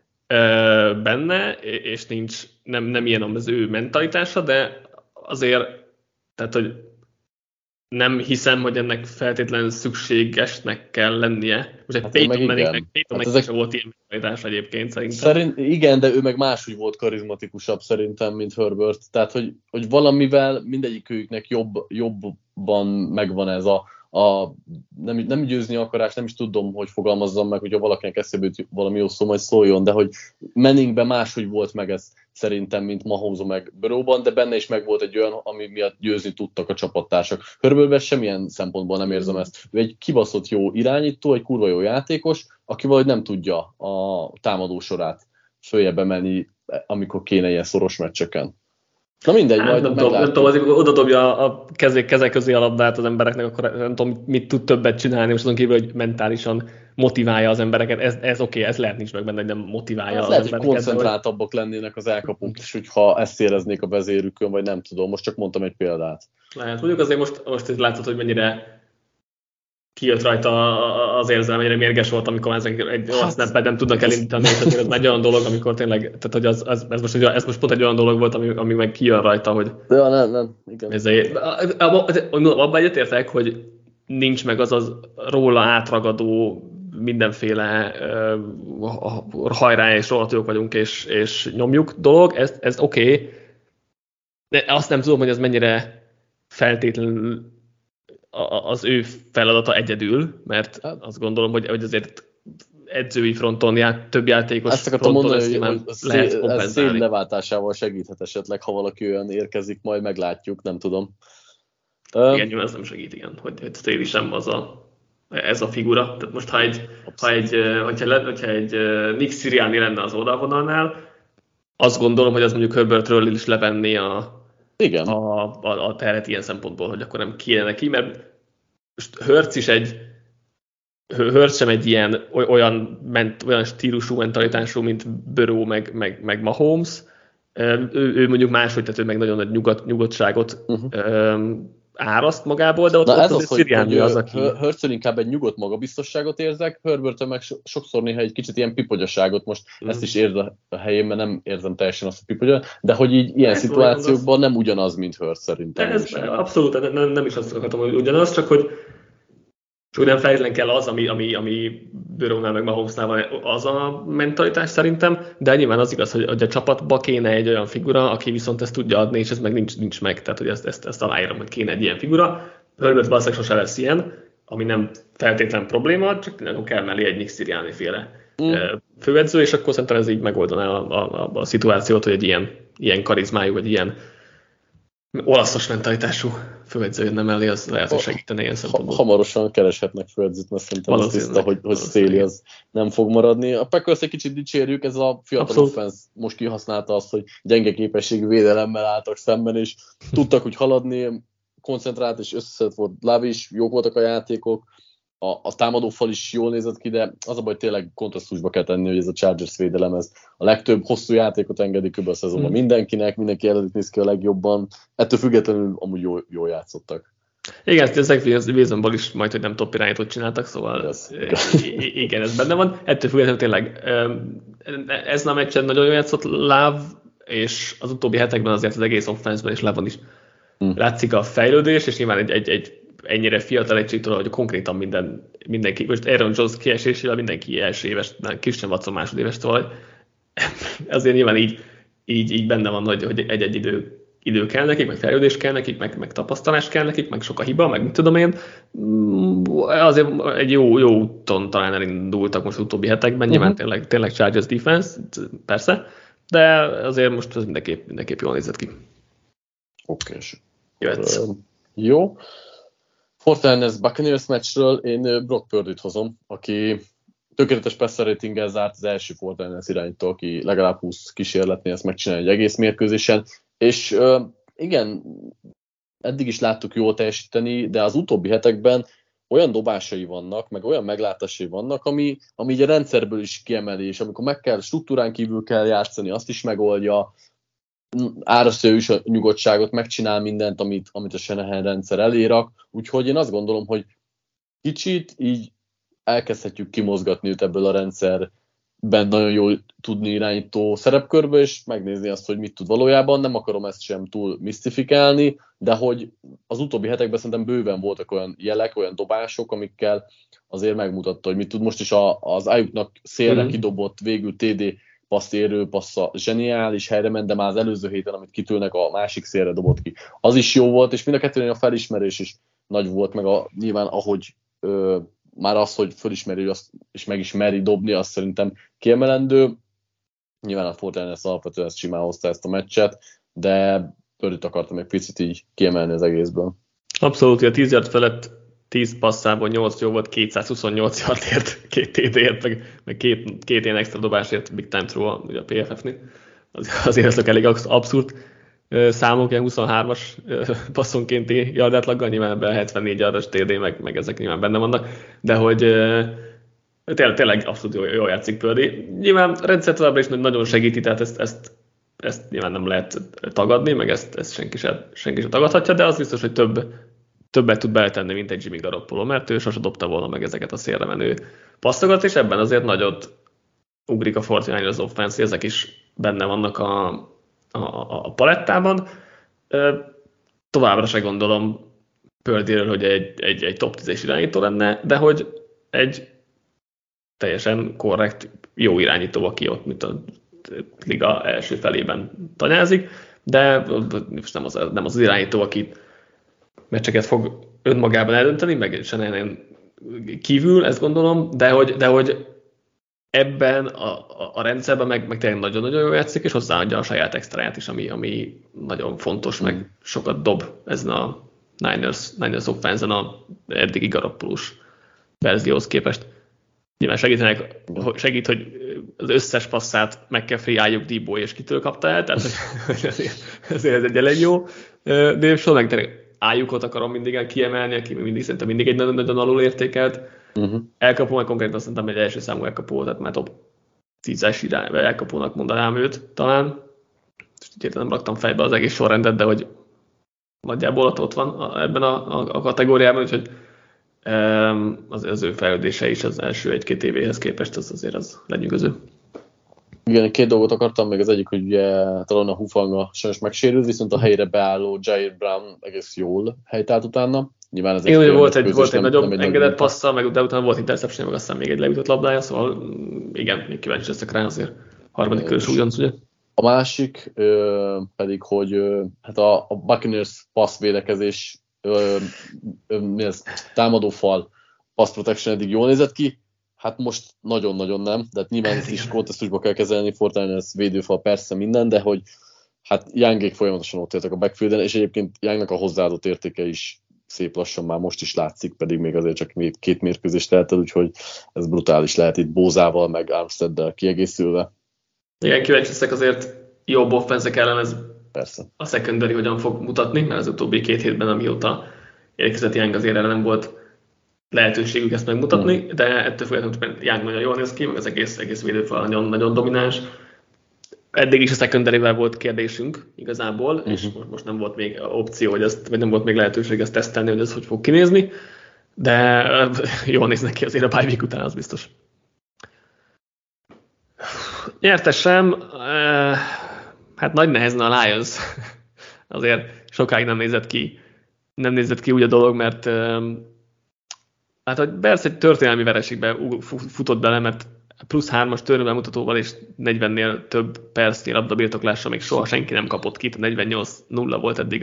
benne, és nem ilyen az ő mentalitása, de azért, tehát, hogy nem hiszem, hogy ennek feltétlenül szükségesnek kell lennie. Most egy Peyton Manningnek sem volt ilyen mentalitás egyébként szerintem. Igen, de ő meg máshogy volt karizmatikusabb szerintem, mint Herbert. Tehát, hogy valamivel mindegyikőjüknek jobban megvan ez nem győzni akarás, nem is tudom, hogy fogalmazzam meg, hogyha valakinek eszébe jut valami jó szó, majd szóljon, de hogy Manningben máshogy volt meg ez szerintem, mint Mahomes meg Burrowban, de benne is meg volt egy olyan, ami miatt győzni tudtak a csapattársak. Herbertben semmilyen szempontból nem érzem ezt. Ő egy kibaszott jó irányító, egy kurva jó játékos, aki valahogy nem tudja a támadó sorát följebb emelni, amikor kéne ilyen szoros meccseken. Na mindegy, majd nem tudom, azért oda dobja a kezek közé a labdát az embereknek, akkor nem tudom, mit tud többet csinálni, most azon kívül, hogy mentálisan motiválja az embereket. Ez oké, ez lehet nincs meg benne, hogy nem motiválja az lehet, embereket. Hogy koncentráltabbak lennének az elkapók is, hogyha ezt éreznék a vezérükön, vagy nem tudom, most csak mondtam egy példát. Lehet, mondjuk azért most itt látod, hogy mennyire kijött rajta az érzelem, mennyire mérges volt, amikor ezek egy olyan snappet nem tudnak elindítani, tehát ez egy olyan dolog, amikor tényleg, tehát hogy ez most pont egy olyan dolog volt, ami meg kijön rajta, hogy... Ja, nem, igen. Abban egyetértek, hogy nincs meg az róla átragadó mindenféle hajrá és rohadt jók vagyunk és nyomjuk dolog, ez oké, de azt nem tudom, hogy ez mennyire feltétlenül az ő feladata egyedül, mert azt gondolom, hogy azért edzői fronton több játékos fronton ezt nyilván lehet kompenzálni. Ez szél leváltásával segíthet esetleg, ha valaki olyan érkezik, majd meglátjuk, nem tudom. Igen, nyilván ez nem segít, igen, hogy Staley sem ez a figura. Tehát most, hogyha egy Nick Sirianni lenne az oldalvonalnál, azt gondolom, hogy az mondjuk Herbertről is levenni a terhet ilyen szempontból, hogy akkor nem kéne neki, mert Hurts sem egy ilyen olyan stílusú mentalitású, mint Burrow meg Mahomes. Ő mondjuk máshogy, tehát ő meg nagyon nagy nyugodtságot áraszt magából, de ott ez az, hogy aki... Hurtson inkább egy nyugodt magabiztosságot érzek, Herbertön meg sokszor néha egy kicsit ilyen pipogyaságot, most ezt is érz a helyén, mert nem érzem teljesen azt a pipogya, de hogy így ilyen szituációkban nem ugyanaz, mint Hurts szerintem. Abszolút, nem is azt akartam, hogy ugyanaz, csak hogy nem feltétlenül kell az, ami Burrownál meg Mahomesnál van, az a mentalitás szerintem, de nyilván az igaz, hogy a csapatba kéne egy olyan figura, aki viszont ezt tudja adni, és ez meg nincs meg, tehát hogy ezt aláírom, hogy kéne egy ilyen figura. Herbert valószínűleg sose lesz ilyen, ami nem feltétlen probléma, csak kell mellé egy Nick Sirianni féle főedző, és akkor szerintem ez így megoldaná a szituációt, hogy egy ilyen karizmájú, vagy ilyen Olaszos mentalitású főedző jönne mellé, az lehet, hogy segítene ilyen szempontból. Hamarosan kereshetnek főedzőt, mert szerintem az tiszta, hogy Staley az nem fog maradni. A Packers egy kicsit dicsérjük, ez a fiatal offense most kihasználta azt, hogy gyenge képességű védelemmel álltak szemben, és tudtak úgy haladni, koncentrált és összeszedett volt Love is, jók voltak a játékok, a támadófal is jól nézett ki, de az a baj, tényleg kontrasztusba kell tenni, hogy ez a Chargers védelem, ez a legtöbb hosszú játékot engedik kb. A szezonban mindenkinek, mindenki eredetileg néz ki a legjobban, ettől függetlenül amúgy jól játszottak. Igen, ezek Wilsonból is majd, hogy nem top irányítót csináltak, szóval igen, ez benne van. Ettől függetlenül tényleg ez a meccsen nagyon jól játszott Love, és az utóbbi hetekben azért az egész offense-ben és Love-on is látszik a fejlődés, és nyilván egy ennyire fiatal egységtől, hogy konkrétan mindenki, most Aaron Jones kiesésével mindenki első éves, Christian Watson másodéves, szóval azért nyilván így benne van, hogy egy idő kell nekik, meg fejlődés kell nekik, meg tapasztalás kell nekik, meg sok a hiba, meg mit tudom én. Azért egy jó úton talán elindultak most az utóbbi hetekben, nyilván tényleg Chargers defense, persze, de azért most ez mindenképp jól nézett ki. Oké. Jöhetsz. Jó. 49ers Buccaneers meccsről én Brock Purdyt hozom, aki tökéletes passer ratinggel zárt az első 49ers irányítól, aki legalább 20 kísérletnél ezt megcsinálja egy egész mérkőzésen, és igen, eddig is láttuk jól teljesíteni, de az utóbbi hetekben olyan dobásai vannak, meg olyan meglátásai vannak, ami így a rendszerből is kiemeli, és amikor meg kell, struktúrán kívül kell játszani, azt is megoldja, árasztja is a nyugodtságot, megcsinál mindent, amit a Shanahan rendszer elérak, úgyhogy én azt gondolom, hogy kicsit így elkezdhetjük kimozgatni őt ebből a rendszerben nagyon jól tudni irányító szerepkörbe, és megnézni azt, hogy mit tud valójában. Nem akarom ezt sem túl misztifikálni, de hogy az utóbbi hetekben szerintem bőven voltak olyan jelek, olyan dobások, amikkel azért megmutatta, hogy mit tud. Most is az Ayuknak szélre kidobott végül TD passz érő passza zseniális helyre ment, de már az előző héten, amit kitűlnek, a másik szélre dobott ki. Az is jó volt, és mind a kettőnél a felismerés is nagy volt, meg nyilván ahogy már az, hogy felismeri azt, és meg is meri dobni, azt szerintem kiemelendő. Nyilván a Fortnite alapvetően ezt simán hozta ezt a meccset, de Purdyt akartam egy picit így kiemelni az egészből. Abszolút, a 10 yard felett 10 passzából 8 jó volt, 228 yardért, 2 TD-ért, meg két ilyen extra dobásért, big time throw a PFF-nél. Azért ezek elég abszurd számok, ilyen 23-as passzonkénti yardátlaggal, nyilván ebben 74 yardas TD, meg ezek nyilván benne vannak, de hogy tényleg abszolút jól játszik Purdy. Nyilván a rendszer továbbra is nagyon segíti, tehát ezt nyilván nem lehet tagadni, meg ezt senki sem tagadhatja, de az biztos, hogy többet tud beletenni, mint egy Jimmy Garoppolo, mert ő sose dobta volna meg ezeket a szélre menő passzokat, és ebben azért nagyot ugrik a 49ers az offense, ezek is benne vannak a palettában. Továbbra se gondolom Purdyről, hogy egy top 10-es irányító lenne, de hogy egy teljesen korrekt, jó irányító, aki ott, mint a liga első felében tanyázik, de most nem az irányító, aki meccseket fog önmagában eldönteni, meg Shanahan kívül, ezt gondolom, de hogy ebben a rendszerben meg tényleg nagyon-nagyon jól játszik, és hozzáadja a saját extráját is, ami nagyon fontos, meg sokat dob ezen a Niners offense-en a eddigi Garoppolós verzióhoz képest. Nyilván segít, hogy az összes passzát McCaffrey, Ayuk, Debo és kitől kapta el, tehát ezért ez egy elég jó. De soha meg tényleg Ayukot akarom mindig kiemelni, aki szerintem mindig egy nagyon alul értékelt. Elkapó, meg konkrétan szerintem egy első számú elkapó, tehát már top 10-es irányba elkapónak mondanám őt talán. Most nem raktam fejbe az egész sorrendet, de hogy nagyjából ott van ebben a kategóriában, úgyhogy az ő fejlődése is az első egy-két évéhez képest az lenyűgöző. Igen, 2 dolgot akartam, meg az egyik, hogy ugye talán a Hufanga sajnos megsérült, viszont a helyre beálló Jair Brown egész jól helytált utána. Nyilván ez igen, volt egy nagyobb engedett passza, de utána volt interception, meg aztán még egy leütött labdája, szóval igen, még kíváncsi leszek rá azért. Harmadik körös ugyanaz, ugye? A másik pedig, hogy hát a Buccaneers passzvédekezés támadófal pass protection eddig jól nézett ki, hát most nagyon-nagyon nem, de hát nyilván ezt is kontextusba kell kezelni, Fortnite védőfal persze minden, de hogy Hát Youngék folyamatosan ott éltek a backfielden, és egyébként Youngnak a hozzáadott értéke is szép lassan már most is látszik, pedig még azért csak 2 mérkőzést telt el, úgyhogy ez brutális lehet itt Bózával, meg Armsteaddel kiegészülve. Igen, kíváncsi leszek azért jobb offenzek ellen ez Persze. a secondary hogyan fog mutatni, mert az utóbbi 2 hétben, amióta érkezett Young, azért erre nem volt lehetőségük ezt megmutatni, de ettől függetlenül Young nagyon jól néz ki, meg az egész védőfal nagyon domináns. Eddig is a secondary-vel volt kérdésünk igazából, és most nem volt még opció, hogy ezt, vagy nem volt még lehetőség ezt tesztelni, hogy ez hogy fog kinézni, de jól néznek ki azért a bye week után, az biztos. Nyertesem, hát nagy nehezen a Lions. Azért sokáig nem nézett ki úgy a dolog, mert hát hogy Bears egy történelmi vereségbe futott bele, mert plusz 3-as turnover mutatóval és 40-nél több percnél labdabirtoklással még soha senki nem kapott ki, 48-0 volt eddig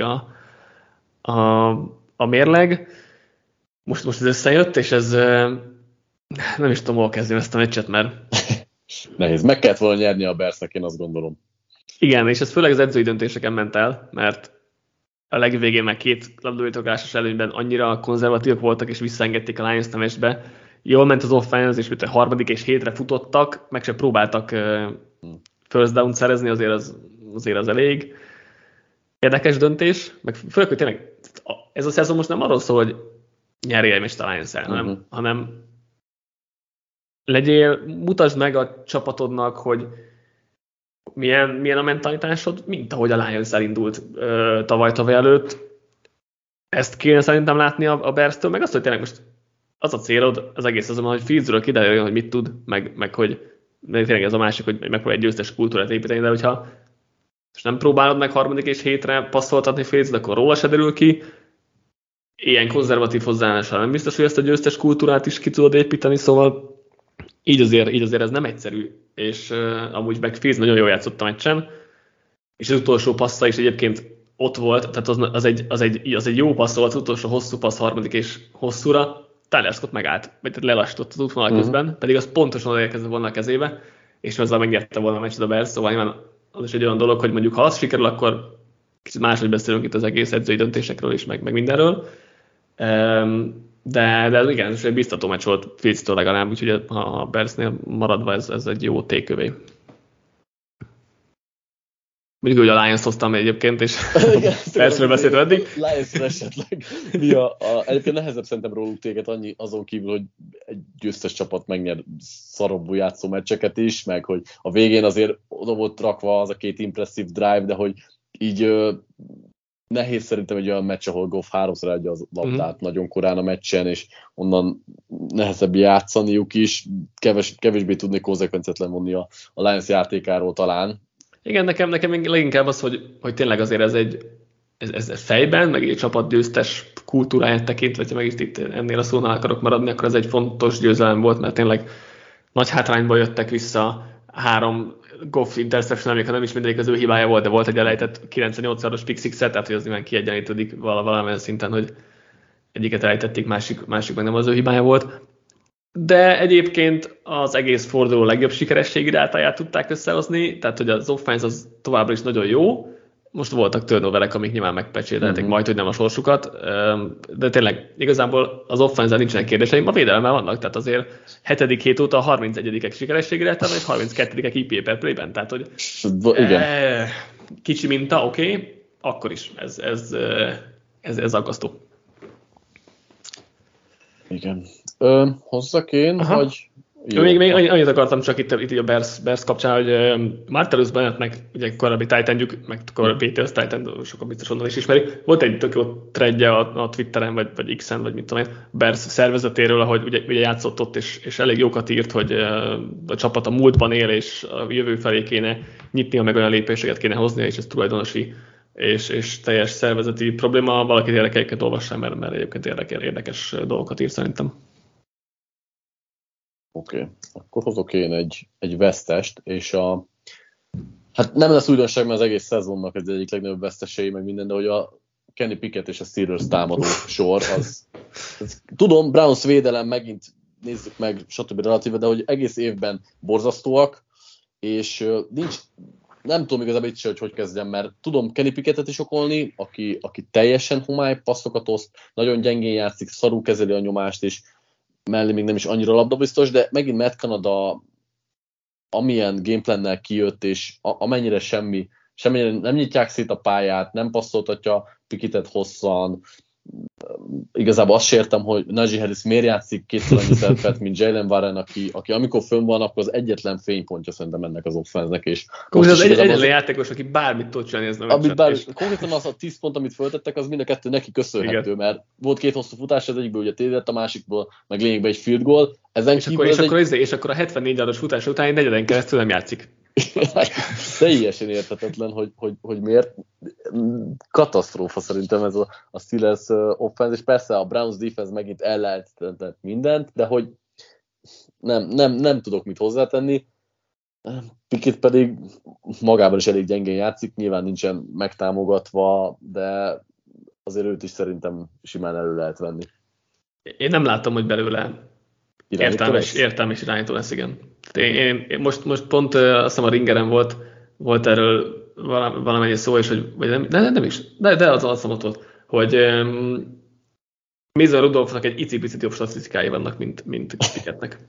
a mérleg. Most ez összejött, és ez nem is tudom, hol kezdjem ezt a meccset, mert nehéz. Meg kellett volna nyerni a Bearsnek, én azt gondolom. Igen, és ez főleg az edzői döntéseken ment el, mert a legvégén már 2 labdabirtoklásos előnyben annyira konzervatívak voltak, és visszaengedték a Lions temesbe. Jól ment az offense, és a 3. és 7-re futottak, meg se próbáltak first down szerezni, azért az elég érdekes döntés. Meg főleg, hogy tényleg ez a szezon most nem arról szól, hogy nyerjél most a Lions-el, hanem mutasd meg a csapatodnak, hogy milyen a mentalitásod, mint ahogy a Lions elindult tavaly előtt. Ezt kéne szerintem látni a Bears-től, meg azt, hogy tényleg most az a célod az egész azon, hogy Fieldsről kiderüljön, hogy mit tud, meg hogy tényleg ez a másik, hogy megpróbálj egy győztes kultúrát építeni, de hogyha most nem próbálod meg 3. és 7-re passzoltatni Fields, akkor róla se derül ki. Ilyen konzervatív hozzáállással nem biztos, hogy ezt a győztes kultúrát is ki tudod építeni, szóval így azért ez nem egyszerű, és amúgy meg Fields nagyon jól játszott a meccsen, és az utolsó passza is egyébként ott volt, tehát az egy jó passz volt, az utolsó hosszú passz 3. és hosszúra, Tyler Scott megállt, vagy lelassított az útvonal közben, pedig az pontosan odaérkezett volna a kezébe, és azzal megnyerte volna a meccset a Bears, szóval nyilván az is egy olyan dolog, hogy mondjuk ha az sikerül, akkor kicsit máshogy beszélünk itt az egész edzői döntésekről is, meg mindenről. De igen, ez egy biztató meccs volt Fields-től legalább, úgyhogy a Bearsnél maradva ez egy jó takeaway. Mondjuk, hogy a Lions hoztam egyébként, és Bearsről beszéltem eddig. Lionsra esetleg. Egyébként nehezebb szerintem róluk téged annyi azon kívül, hogy egy győztes csapat megnyer szarabbul játszó meccseket is, meg hogy a végén azért oda volt rakva az a 2 impresszív drive, de hogy így nehéz szerintem egy olyan meccs, ahol Goff 3-szor adja az labdát nagyon korán a meccsen, és onnan nehezebb játszaniuk is, kevésbé tudnék konzekvenciát levonni a Lions játékáról talán. Igen, nekem leginkább az, hogy tényleg azért ez fejben, meg egy csapat győztes kultúráját tekintve, hogyha meg itt ennél a szónál akarok maradni, akkor ez egy fontos győzelem volt, mert tényleg nagy hátrányból jöttek vissza 3 Goff interception, még ha nem is mindegyik az ő hibája volt, de volt egy elejtett 98-as pick six-et, tehát hogy az nyilván kiegyenlítődik valamilyen szinten, hogy egyiket elejtették, másik meg nem az ő hibája volt. De egyébként az egész forduló legjobb sikerességi rátáját tudták összehozni, tehát hogy az offense az továbbra is nagyon jó. Most voltak turnoverek, amik nyilván megpecsételték majd, hogy nem a sorsukat, de tényleg igazából az offense-el nincsenek kérdéseim, a védelemmel vannak, tehát azért 7. hét óta a 31-ek sikerességi rátában, és 32-ek IPA per play-ben, tehát hogy kicsi minta, oké, akkor is ez aggasztó. Igen. Hozzak én, vagy... Még annyit akartam csak itt a Bears kapcsán, hogy Martellus Bennettnek, ugye korábbi Titanjük, meg korábbi Patriots Titan, sokan biztos onnan is ismeri, volt egy tök jó threadje a Twitteren, vagy X-en, vagy mit tudom én, Bears szervezetéről, ahogy ugye játszott ott, és elég jókat írt, hogy a csapat a múltban él, és a jövő felé kéne nyitnia, meg olyan lépéseket kéne hoznia, és ez tulajdonosi és teljes szervezeti probléma. Valakit érdekeiket olvassam, mert egyébként érdekes dolgokat ír szerintem. Oké. Akkor hozok én egy vesztest, és hát nem lesz újdonság, mert az egész szezonnak ez egyik legnagyobb vesztesei, meg minden, de hogy a Kenny Pickett és a Steelers támadó sor, tudom, Browns védelem megint nézzük meg, stb. Relatíve, de hogy egész évben borzasztóak, és nincs nem tudom igazából itt se, hogy kezdjem, mert tudom Kenny Pickettet is okolni, aki teljesen homály passzokat oszt, nagyon gyengén játszik, szarul kezeli a nyomást, és mellé még nem is annyira labdabiztos, de megint Matt Canada amilyen gameplannel kijött, és amennyire semmire nem nyitják szét a pályát, nem passzoltatja Pickettet hosszan. Igazából azt értem, hogy Najee Harris miért játszik kétszer annyi szerepet, mint Jaylen Warren, aki amikor fönn van, akkor az egyetlen fénypontja szerintem ennek az offense-nek. És az egyetlen játékos, aki bármit tud csinálni. Konkrétan az a 10 pont, amit föltettek, az mind a kettő neki köszönhető, igen. Mert volt 2 hosszú futás, az egyikből ugye tévedett, a másikból meg lényegben egy field goal. És akkor a 74 yardos futás után egy negyeden keresztül nem játszik. Teljesen érthetetlen, hogy miért. Katasztrófa szerintem ez a Steelers offense, és persze a Browns defense megint ellehetetlenített mindent, de hogy nem tudok mit hozzátenni. Pickett pedig magában is elég gyengén játszik, nyilván nincsen megtámogatva, de azért őt is szerintem simán elő lehet venni. Én nem látom, hogy belőle értelmes irányító lesz, igen. Én most pont azt hiszem a Ringeren volt erről valamennyi szó, és hogy nem is, de az azt mondom ott, hogy Mason Rudolphnak egy icipicit jobb statisztikái vannak, mint Pickettnek.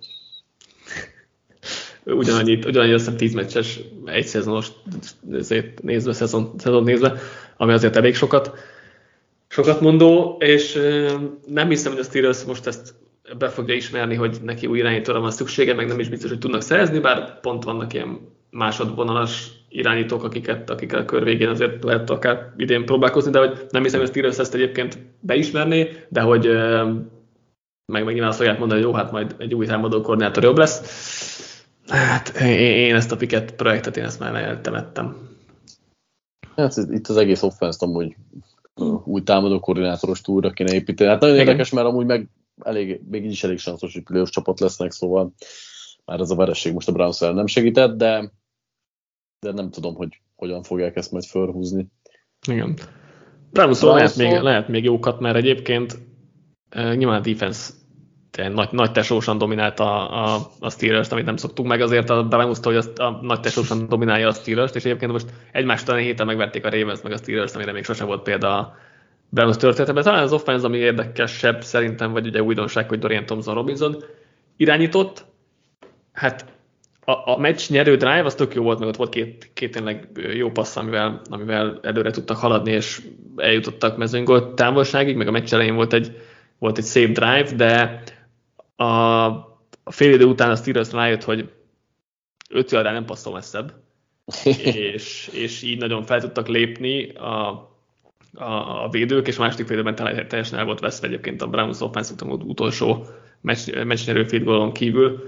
Ugyanannyit azt hiszem 10 meccses, egy szezonos nézve, szezon nézve, ami azért elég sokat mondó, és nem hiszem, hogy a Steelers most ezt be fogja ismerni, hogy neki új irányítóra van szüksége, meg nem is biztos, hogy tudnak szerezni, bár pont vannak ilyen másodvonalas irányítók, akikkel a kör végén azért lehet akár idén próbálkozni, de hogy nem hiszem, hogy a Steelers ezt egyébként beismerné, de hogy meg nyilván azt fogják mondani, hogy jó, hát majd egy új támadó koordinátor jobb lesz. Hát én ezt a Pickett projektet, én ezt már eltemettem. Hát itt az egész offense-t amúgy új támadó koordinátoros túlra kéne építeni. Hát nagyon érdekes, mert amúgy meg még így is elég sanszos, hogy playoff csapat lesznek, szóval már ez a vereség most a Browns ellen nem segített, de nem tudom, hogy hogyan fogják ezt majd fölhúzni. Igen. Browns lehet még jókat, mert egyébként nyilván a defense nagy tesósan dominálta a Steelers-t, amit nem szoktuk meg, azért a Browns-tól, hogy a nagy tesósan dominálja a Steelers-t, és egyébként most egymástól héten megverték a Ravens meg a Steelers-t, amire még sosem volt példa a Browns történetben. Talán az offense, ami érdekesebb szerintem, vagy ugye újdonság, hogy Dorian Thompson-Robinson irányított. Hát a meccs nyerő drive az tök jó volt, meg ott volt két tényleg jó passz, amivel előre tudtak haladni, és eljutottak mezőnygól távolságig, meg a meccs elején volt egy szép drive, de a fél idő után a Steelers rájött, hogy 5 yardnál nem passzol messzebb, és így nagyon fel tudtak lépni a védők, és a második félidőben teljesen el volt veszve egyébként a Browns offense utolsó meccsnyerő field goalon kívül.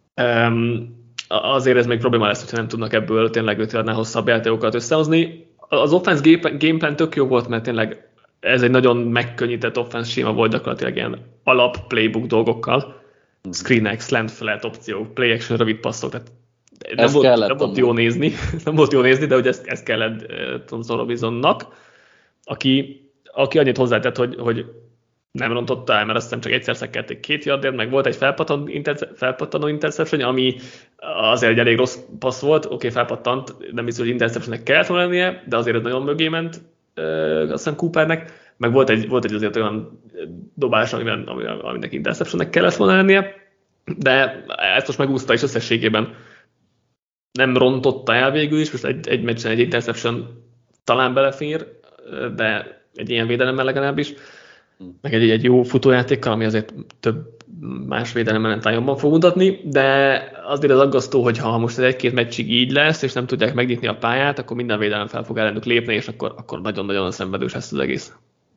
Azért ez még probléma lesz, hogyha nem tudnak ebből tényleg 5 yardnál hosszabb játékokat összehozni. Az offense gameplan tök jó volt, mert tényleg ez egy nagyon megkönnyített offense séma volt gyakorlatilag ilyen alap playbook dolgokkal. Screenek, slant flat opciók, play action, rövid passzok, tehát nem volt jó nézni, de hogy ezt kellett Thompson Robinsonnak, aki annyit hozzátett, hogy nem rontotta el, mert azt hiszem csak egyszer szekkelték 2 yardért, meg volt egy felpattanó interception, ami azért egy elég rossz passz volt, oké, felpattant, nem biztos, hogy interceptionnek kellett volna lennie, de azért ez nagyon mögé ment, azt hiszem Coopernek, meg volt egy azért olyan dobás, aminek interceptionnek kellett volna lennie, de ezt most megúszta, és összességében nem rontotta el végül is, most egy meccsen egy interception talán belefér, de egy ilyen védelemmel legalábbis, meg egy jó futójátékkal, ami azért több más védelemmel nem jobban fog mutatni, de azért az aggasztó, hogy ha most ez 1-2 meccsig így lesz, és nem tudják megnyitni a pályát, akkor minden védelem fel fog ellenük lépni, és akkor nagyon-nagyon szenvedős lesz az egész.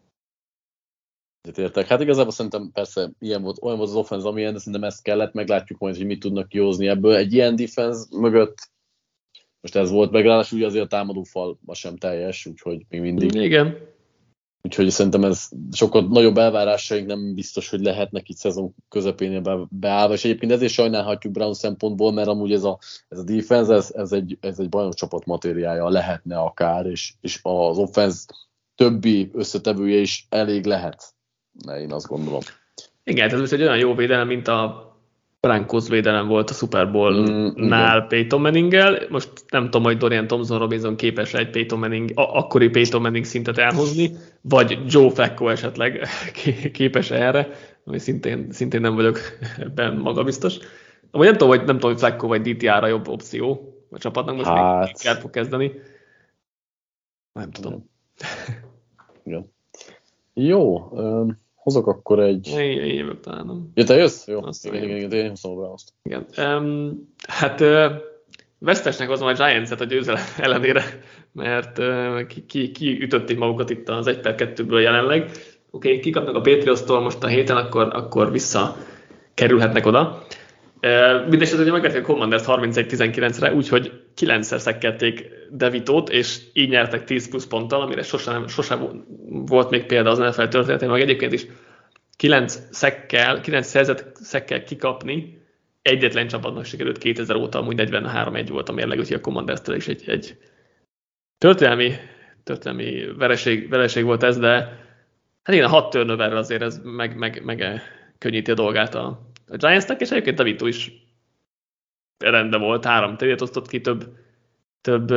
Értek. Hát igazából szerintem persze olyan volt az offense, amilyen, de szerintem ezt kellett, meglátjuk majd, hogy mit tudnak kihozni ebből. Egy ilyen defense mögött most ez volt meg, ráadásul ugye azért a támadó fal sem teljes, úgyhogy még mindig. Igen. Úgyhogy szerintem ez sokkal nagyobb elvárásaink nem biztos, hogy lehetnek itt szezon közepénél beállva, és egyébként ezért sajnálhatjuk Brown szempontból, mert amúgy ez a defense, ez egy bajnokcsapat matériája lehetne akár, és az offense többi összetevője is elég lehet, én azt gondolom. Igen, ez most egy olyan jó védelem, mint a Broncos védelem volt a Super Bowl-nál Peyton Manninggel. Most nem tudom, hogy Dorian Thompson-Robinson képes egy Peyton Manning, akkori Peyton Manning szintet elhozni, vagy Joe Flacco esetleg képes erre, ami szintén nem vagyok ebben magabiztos. Vagy nem tudom, hogy Flacco vagy DTR a jobb opció a csapatnak, most még kell fog kezdeni. Nem tudom. Igen. Jó, hozok akkor egy... Én jövök talán, nem? Ja, te jössz? Jó. Igen, én hozom a azt. Igen. Hát vesztesnek hozom a Giants-et a győzelem ellenére, mert kiütötték magukat itt az 1/2-ből jelenleg. Oké, kikapnak a Patriots-tól most a héten, akkor visszakerülhetnek oda. Mindenesetre ugye megverték a Commanders 31-19-re, úgyhogy 9-szer szekkelték DeVitot, és így nyertek 10 plusz ponttal, amire sosem volt még példa az NFL történetében, meg egyébként is 9 szerzett szekkel kikapni, egyetlen csapatnak sikerült 2000 óta, amúgy 43-1 volt a mérleg, úgyhogy a Commanders-től is egy történelmi vereség volt ez, de hát igen, a 6 turnoverrel azért ez megkönnyíti a dolgát a Giantsnek, és egyébként DeVito is rendben volt, 3 TD-t osztott ki, több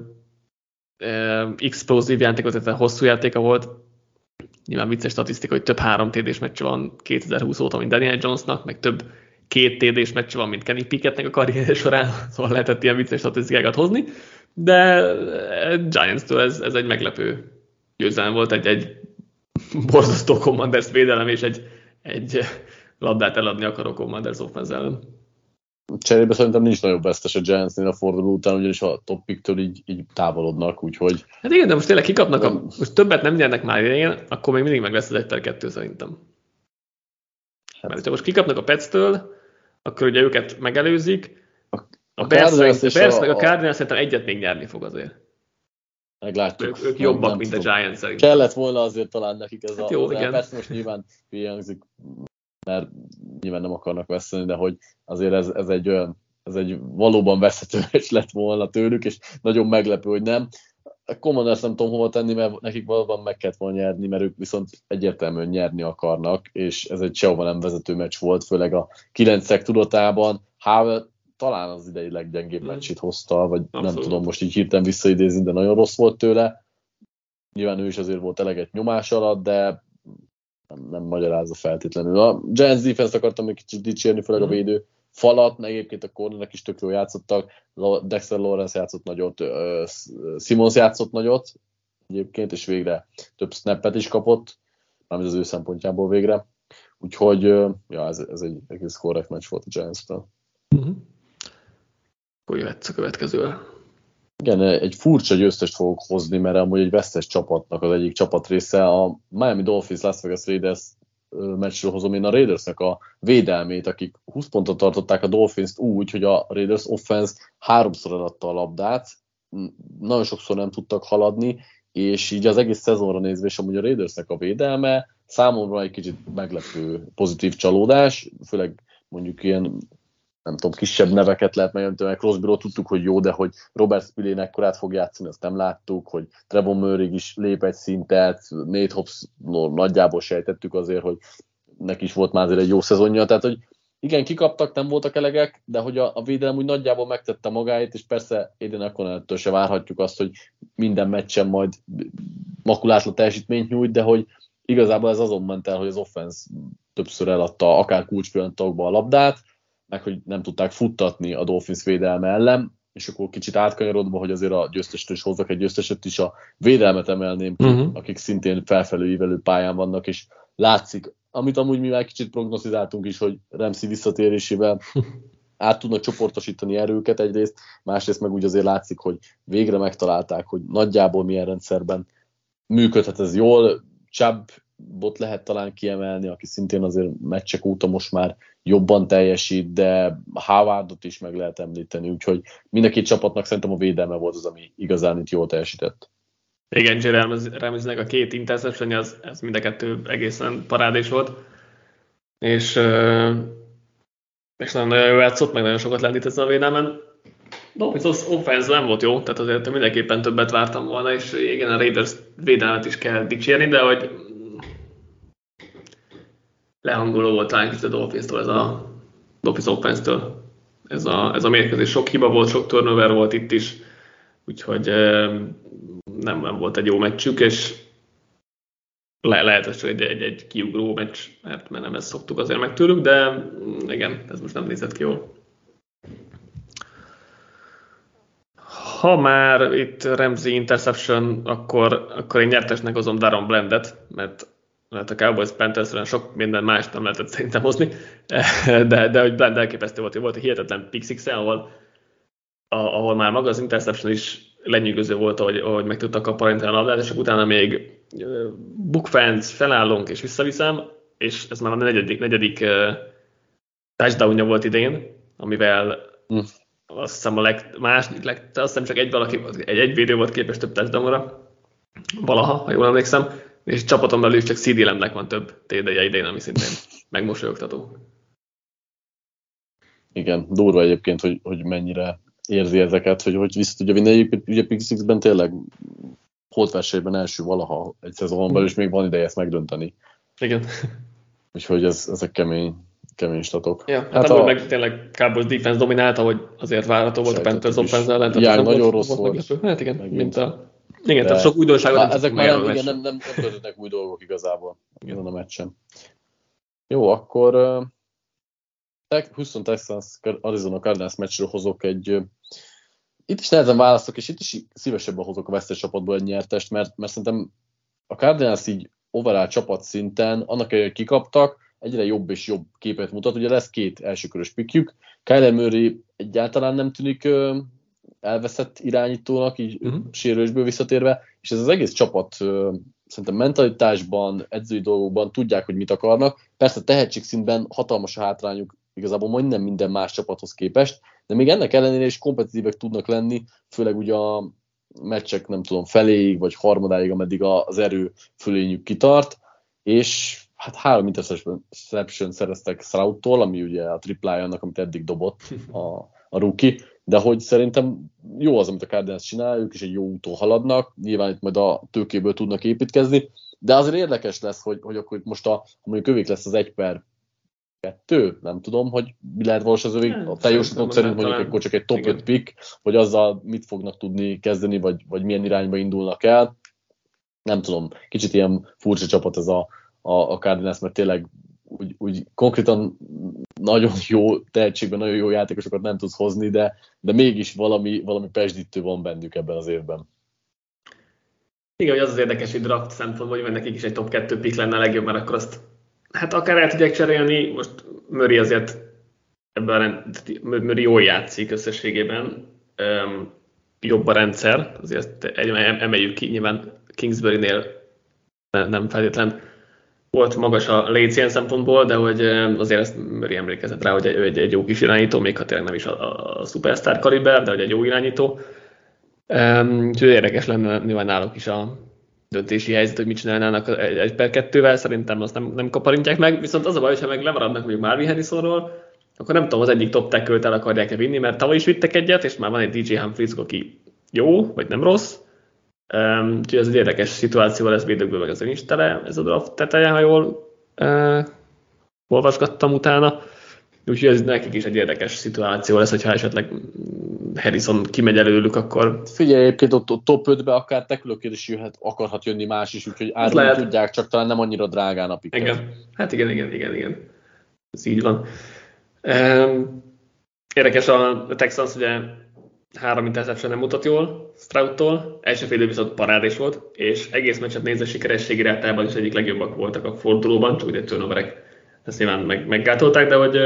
explosive játékot, tehát hosszú játéka volt. Nyilván vicces statisztika, hogy több 3 TD-s meccse van 2020 óta, mint Daniel Jonesnak, meg több 2 TD-s meccse van, mint Kenny Pickettnek a karrier során, szóval lehetett ilyen vicces statisztikákat hozni, de Giants-től ez egy meglepő győzelem volt, egy borzasztó Commanders védelem, és egy labdát eladni akaró Commanders offense ellen. Cserébe szerintem nincs nagyobb vesztes a Giantsnél a forduló után, ugyanis a top picktől így távolodnak, úgyhogy... Hát igen, de most tényleg kikapnak, most többet nem nyernek már idején, akkor még mindig meg lesz az 1/2 szerintem. Mert ha most kikapnak a Petstől, akkor ugye őket megelőzik, a Bears meg a Cardinals szerintem egyet még nyerni fog azért. Meglátjuk. Ők jobbak, nem mint tudom. A Giants szerint. Kellett volna azért talán nekik ez hát jó, igen. Persze most nyilván hangzik, mert nyilván nem akarnak veszteni, de hogy azért ez egy valóban veszhető meccs lett volna tőlük, és nagyon meglepő, hogy nem. A Commanders nem tudom hova tenni, mert nekik valóban meg kellett volna nyerni, mert ők viszont egyértelműen nyerni akarnak, és ez egy sehova nem vezető meccs volt, főleg a 9-ek tudatában. Howard talán az idei leggyengébb meccsét hozta, vagy abszolút. Nem tudom most így hirtelen visszaidézni, de nagyon rossz volt tőle. Nyilván ő is azért volt eleget nyomás alatt, de nem magyarázza feltétlenül. A Giants defense akartam még kicsit dicsérni, főleg a védő falat, meg egyébként a cornerek is tök jól játszottak. Dexter Lawrence játszott nagyot, Simmons játszott nagyot egyébként, és végre több snappet is kapott, mármint az ő szempontjából végre. Úgyhogy ez egy egész korrekt meccs volt a Giants-től. Akkor jöhetsz a következővel. Igen, egy furcsa győztest fogok hozni, mert amúgy egy vesztes csapatnak az egyik csapatrésze, a Miami Dolphins Las Vegas Raiders meccsről hozom én a Raidersnek a védelmét, akik 20 pontot tartották a Dolphins-t úgy, hogy a Raiders offense 3-szor eladta a labdát, nagyon sokszor nem tudtak haladni, és így az egész szezonra nézve, és amúgy a Raidersnek a védelme számomra egy kicsit meglepő pozitív csalódás, főleg mondjuk ilyen nem tudom, kisebb neveket lehet megjelenteni, mert Crosbyról tudtuk, hogy jó, de hogy Robert Spillane ekkorát fog játszani, azt nem láttuk, hogy Trevor Murray is lép egy szintet, Nate Hobbs-ról nagyjából sejtettük azért, hogy neki is volt már azért egy jó szezonja, tehát hogy igen, kikaptak, nem voltak elegek, de hogy a védelem úgy nagyjából megtette magáét, és persze Aiden O'Connelltől se várhatjuk azt, hogy minden meccsen majd makulátlan teljesítményt nyújt, de hogy igazából ez azon ment el, hogy az offense többször eladta akár kulcspillanattokba a labdát, meg hogy nem tudták futtatni a Dolphins védelme ellen, és akkor kicsit átkanyarodva, hogy azért a győztestől is hozzak egy győzteset is, a védelmet emelném ki, akik szintén felfelé ívelő pályán vannak, és látszik, amit amúgy mi már kicsit prognosztizáltunk is, hogy Ramsey visszatérésével át tudnak csoportosítani erőket egyrészt, másrészt meg úgy azért látszik, hogy végre megtalálták, hogy nagyjából milyen rendszerben működhet ez jól. Chubbot lehet talán kiemelni, aki szintén azért meccsek óta most már jobban teljesít, de Howardot is meg lehet említeni, úgyhogy mind a két csapatnak szerintem a védelme volt az, ami igazán itt jól teljesített. Igen, J. Ramseynek a 2 interception, ez mind a 2 egészen parádés volt, és nagyon jó játszott, meg nagyon sokat lendített a védelmen. Dolphins offense nem volt jó, tehát azért mindenképpen többet vártam volna, és igen, a Raiders védelmet is kell dicsérni, de hogy lehangoló volt talán kicsit a Dolphins-tól ez a Dolphins offense-től. Ez a mérkőzés sok hiba volt, sok turnover volt itt is, úgyhogy nem volt egy jó meccsük, és lehet, hogy egy kiugró meccs, mert nem ezt szoktuk azért meg tőlük, de igen, ez most nem nézett ki jól. Ha már itt Ramsey interception, akkor én nyertesnek hozom Daron Blandet, mert a Cowboys Panthers-ren sok minden más nem lehetett szerintem hozni, de hogy Bland elképesztő volt egy hihetetlen pick six, ahol már maga az interception is lenyűgöző volt, ahogy meg tudtak kaparni a labdát, és utána még book fans, felállunk és visszaviszem, és ez már a negyedik touchdownja volt idén, amivel azt hiszem azt hiszem csak egy védő volt képes több touchdownra, valaha, ha jól emlékszem, és csapaton belül is csak CD Lambnek van több TD-je idén, ami szintén megmosolyogtató. Igen, durva egyébként, hogy mennyire érzi ezeket, hogy vissza tudja vinni. Ugye Pick Six-ben tényleg holtversenyben első valaha egy szezonon belül, és még van ideje ezt megdönteni. Igen. Úgyhogy ezek kemény statok. Ja, hát meg tényleg Cowboys defense dominálta, hogy azért várható volt a Panthers offense ellen. Igen, nagyon rossz volt. Hát igen, igen, tehát sok újdonságot ezek már nem történnek új dolgok igazából ezen a meccsen. Jó, akkor Houston Texans Arizona Cardinals meccsről hozok itt is nehezen választok, és itt is szívesebben hozok a vesztes csapatból egy nyertest, mert szerintem a Cardinals így overall csapat szinten, annak hogy kikaptak, egyre jobb és jobb képet mutat. Ugye lesz 2 elsőkörös pickjük. Kyler Murray egyáltalán nem tűnik elveszett irányítónak, így sérülésből visszatérve, és ez az egész csapat szerintem mentalitásban, edzői dolgokban tudják, hogy mit akarnak. Persze tehetségszintben hatalmas a hátrányuk igazából majdnem minden más csapathoz képest, de még ennek ellenére is kompetitívek tudnak lenni, főleg ugye a meccsek, nem tudom, feléig vagy harmadáig, ameddig az erő fölényük kitart, és hát 3 interception szereztek Stroudtól, ami ugye a triplája annak, amit eddig dobott a rookie, de hogy szerintem jó az, amit a Cardinals csinál, ők is egy jó úton haladnak, nyilván itt majd a tőkéből tudnak építkezni, de azért érdekes lesz, hogy akkor most mondjuk övék lesz az 1/2, nem tudom, hogy mi lehet valószínűleg az övék, a te jóslatod szerint mondjuk akkor csak egy top 5 pick, hogy azzal mit fognak tudni kezdeni, vagy milyen irányba indulnak el. Nem tudom, kicsit ilyen furcsa csapat ez a Cardinals, mert tényleg úgy konkrétan nagyon jó tehetségben, nagyon jó játékosokat nem tudsz hozni, de mégis valami pesdítő van bennük ebben az évben. Igen, hogy az érdekes, hogy draft szempontból, hogy nekik is egy top 2 pick lenne a legjobb, mert akkor azt hát akár el tudják cserélni, most Murray azért Murray jól játszik összességében, jobb a rendszer, azért emeljük ki, nyilván Kingsbury-nél nem feltétlen volt magas a léc ilyen szempontból, de hogy azért ezt Murray emlékezett rá, hogy egy jó kis irányító, még ha tényleg nem is a superstar kaliber, de hogy egy jó irányító. Úgyhogy érdekes lenne nyilván náluk is a döntési helyzet, hogy mit csinálnának 1/2-vel, szerintem azt nem kaparintják meg, viszont az a baj, hogyha meg lemaradnak mondjuk Marvin Harrisonról, akkor nem tudom, az egyik top tackle-t el akarják-e vinni, mert tavaly is vittek egyet, és már van egy DJ Humphries, aki jó, vagy nem rossz. Úgyhogy ez egy érdekes szituáció lesz védőkből, meg az nincs tele, ez a draft teteje, ha jól olvasgattam utána. Úgyhogy ez nekik is egy érdekes szituáció lesz, hogyha esetleg Harrison kimegy előlük, akkor... Figyelj, egyébként ott top 5-be akár tekülökért is akarhat jönni más is, úgyhogy árulni tudják, csak talán nem annyira drágán a picket. Igen, hát igen. Ez így van. Érdekes a Texans, ugye 3 interception nem mutat jól Stroudtól, első fél idő viszont parádés volt, és egész meccset nézve sikerességi rátában is egyik legjobbak voltak a fordulóban, csak ugye turnoverek ezt nyilván meggátolták, de hogy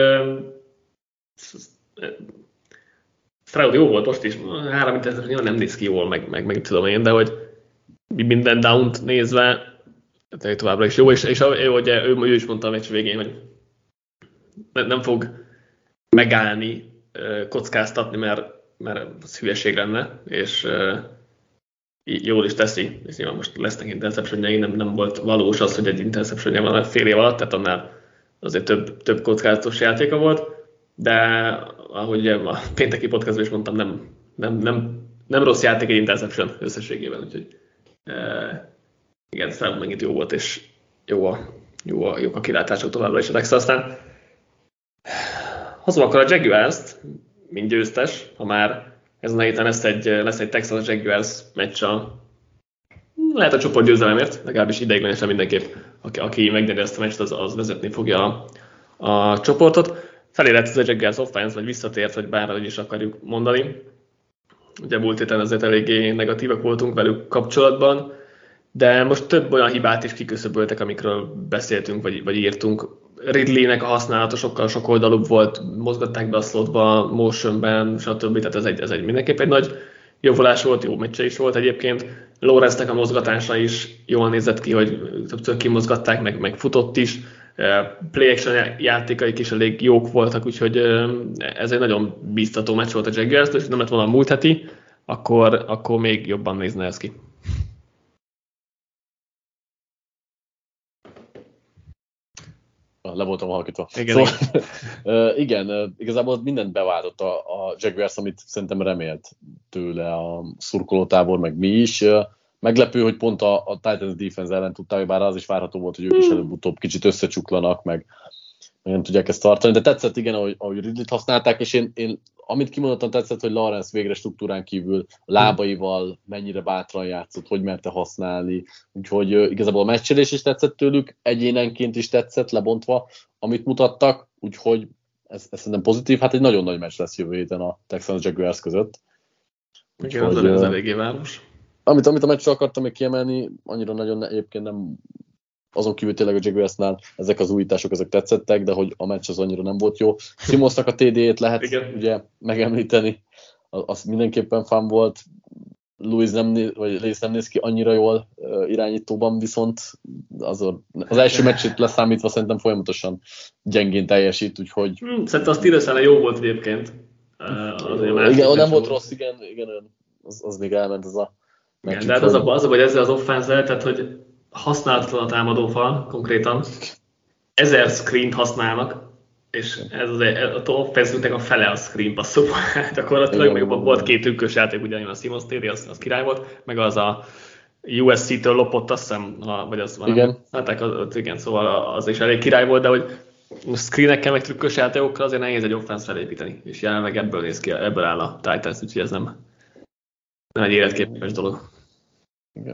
Stroud jó volt most is, 3 interception nem néz ki jól, meg tudom én, de hogy minden downt nézve továbbra is jó, és ugye, ő is mondta a meccs végén, hogy nem fog megállni, kockáztatni, mert az hülyeség lenne, és jól is teszi, és nyilván most lesznek interceptionjai, nem volt valós az, hogy egy interceptionja van fél év alatt, tehát annál azért több kockázatos játéka volt, de ahogy a pénteki podcastban is mondtam, nem rossz játék egy interception összességében, úgyhogy igen, Stroud megint jó volt, és jók a kilátások továbbra is a Texas. Aztán hozom akkor a Jaguars-t, mint győztes, ha már ezen a héten lesz egy Texans Jaguars meccs lehet a csoport győzelemért, legalábbis ideiglenesen mindenképp, aki megnyeri ezt a meccset, az vezetni fogja a csoportot. Felérett ez a Jaguars offense, vagy visszatért, vagy bárhogy is akarjuk mondani. Ugye múlt héten azért eléggé negatívak voltunk velük kapcsolatban, de most több olyan hibát is kiküszöböltek, amikről beszéltünk, vagy írtunk. Ridley-nek a használata sokkal sokoldalúbb volt, mozgatták be a slotba, motionben, stb. Tehát ez egy mindenképp egy nagy javulás volt, jó meccse is volt egyébként. Lawrence-nek a mozgatása is jól nézett ki, hogy többször kimozgatták, meg futott is. Play action játékaik is elég jók voltak, úgyhogy ez egy nagyon bíztató meccs volt a Jaguars-től, és nem lett volna a múlt heti, akkor még jobban nézne ez ki. Le voltam halkítva. Igen, szóval, igen, igazából mindent beváltott a Jaguars, amit szerintem remélt tőle a szurkolótábor, meg mi is. Meglepő, hogy pont a Titans defense ellen tudták, bár az is várható volt, hogy ők is előbb-utóbb kicsit összecsuklanak, meg nem tudják ezt tartani, de tetszett igen, ahogy Ridley-t használták, és én amit kimondottam, tetszett, hogy Lawrence végre struktúrán kívül lábaival mennyire bátran játszott, hogy merte használni, úgyhogy igazából a meccselés is tetszett tőlük, egyénenként is tetszett, lebontva, amit mutattak, úgyhogy ez szerintem pozitív, hát egy nagyon nagy meccs lesz jövő héten a Texans Jaguars között. Igen, úgyhogy, az eléggé város. Amit a meccsről akartam még kiemelni, annyira nagyon egyébként nem, azon kívül tényleg a Jaguarsnál ezek az újítások, ezek tetszettek, de hogy a meccs az annyira nem volt jó. Simonsnak a TD-ét lehet ugye megemlíteni, az mindenképpen fun volt. Lewis nem néz ki annyira jól irányítóban, viszont az első meccsét leszámítva szerintem folyamatosan gyengén teljesít, úgyhogy... Szerintem a Steelers ellen jó volt egyébként. Igen, nem volt rossz, igen az még elment ez a meccs. De hát az a hogy ezzel az offense-el, tehát hogy használhatatlan a támadófal konkrétan. 1000 screent használnak, és ez az offense-nek a fele a screen passzok. Gyakorlatilag meg volt két trükkös játék, ugyanilyen a Simons TD, az király volt, meg az a USC-től lopott, azt hiszem, vagy az van. Igen. Igen, szóval az is elég király volt, de hogy screenekkel, meg trükkös játékokkal azért nehéz egy offense felépíteni, és jelenleg ebből néz ki, ebből áll a Titans, úgyhogy ez nem egy életképes dolog. Igen.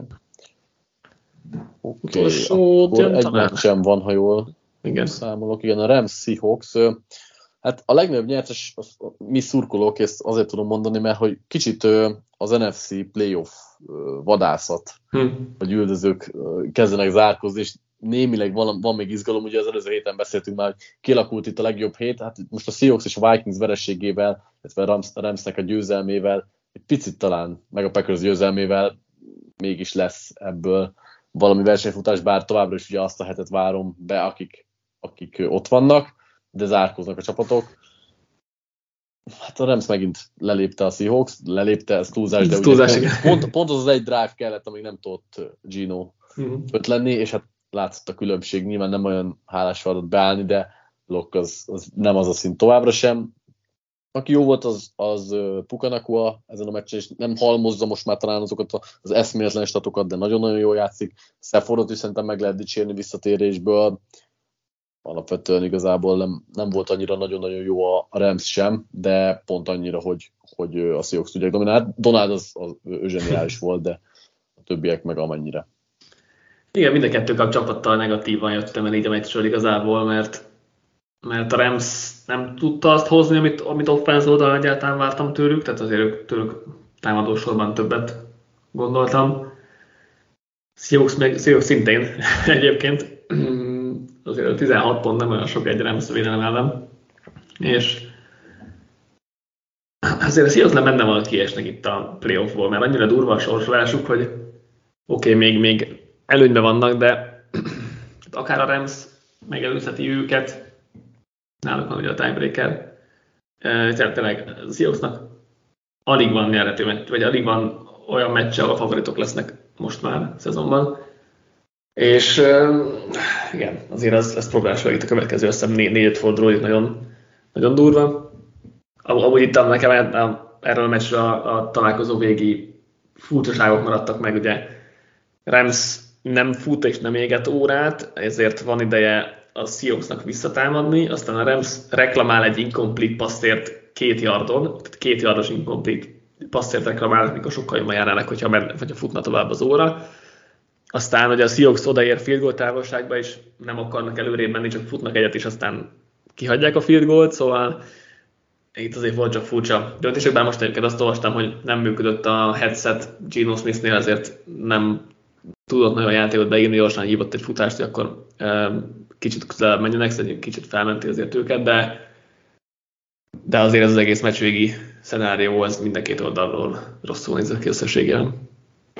Oké, akkor egy meccsem van, ha jól számolok. Igen, a Rams Seahawks. Hát a legnagyobb nyertes mi szurkolók, ezt azért tudom mondani, mert hogy kicsit az NFC playoff vadászat, vagy üldözők kezdenek zárkozni, és némileg van még izgalom, ugye az előző héten beszéltünk már, hogy kialakult itt a legjobb hét, hát most a Seahawks és a Vikings vereségével, illetve a Ramsnek a győzelmével, egy picit talán, meg a Packers győzelmével mégis lesz ebből valami versenyfutás, bár továbbra is ugye azt a hetet várom be, akik ott vannak, de zárkoznak a csapatok. Hát a Rams megint lelépte a Seahawks, ez túlzás, de ugye pont az egy drive kellett, amíg nem tudott Gino öt lenni, és hát látszott a különbség, nyilván nem olyan hálás feladat beállni, de Locke az nem az a szint továbbra sem. Aki jó volt, az Puka Nacua ezen a meccsen, és nem halmozza most már talán azokat az eszméletlen statokat, de nagyon-nagyon jól játszik. Staffordot is szerintem meg lehet dicsérni visszatérésből. Alapvetően igazából nem volt annyira nagyon-nagyon jó a Rams sem, de pont annyira, hogy a Seahawks tudják dominálni. Donald az zseniális volt, de a többiek meg amennyire. Igen, mind a kettő csapattal negatívan jöttem el így a meccsről igazából, mert a Rams nem tudta azt hozni, amit offense oldalon egyáltalán vártam tőlük, tehát azért tőlük támadósorban többet gondoltam. Seahawks szintén egyébként, azért 16 pont nem olyan sok egy Rams védelem ellen, és azért a Seahawks nem benne van, hogy kiesnek itt a playoffból, mert annyira durva a sorsolásuk, hogy oké, még előnyben vannak, de akár a Rams megelőzheti őket, náluk van ugye a tiebreaker. Tényleg a Seahawksnak alig van nyerhető, vagy alig van olyan meccse, ahol a favoritok lesznek most már a szezonban. És igen, azért ez problémás, hogy itt a következő, azt hiszem 4-5 forduló itt nagyon, nagyon durva. Amúgy itt nekem erről a meccsről a találkozó végi furcsaságok maradtak meg, ugye Rams nem fut és nem éget órát, ezért van ideje a Seahawksnak visszatámadni, aztán a Rams reklamál egy incomplete passzért 2 yardon, tehát 2 yardos incomplete passzért reklamálnak, mikor sokkal jobban járnának, hogyha futna tovább az óra. Aztán ugye a Seahawks odaér field goal távolságba, és nem akarnak előrébb menni, csak futnak egyet, és aztán kihagyják a field goalt, szóval itt azért volt csak furcsa döntések, bár most egyébként azt olvastam, hogy nem működött a headset Geno Smithnél, ezért nem tudott nagyon játékot beírni, gyorsan hívott egy futást, hogy akkor kicsit közelebb menjenek, szerintem kicsit felmenti azért őket, de azért ez az egész meccsvégi szenárió, ez minden két oldalról rosszul nézett ki összességében.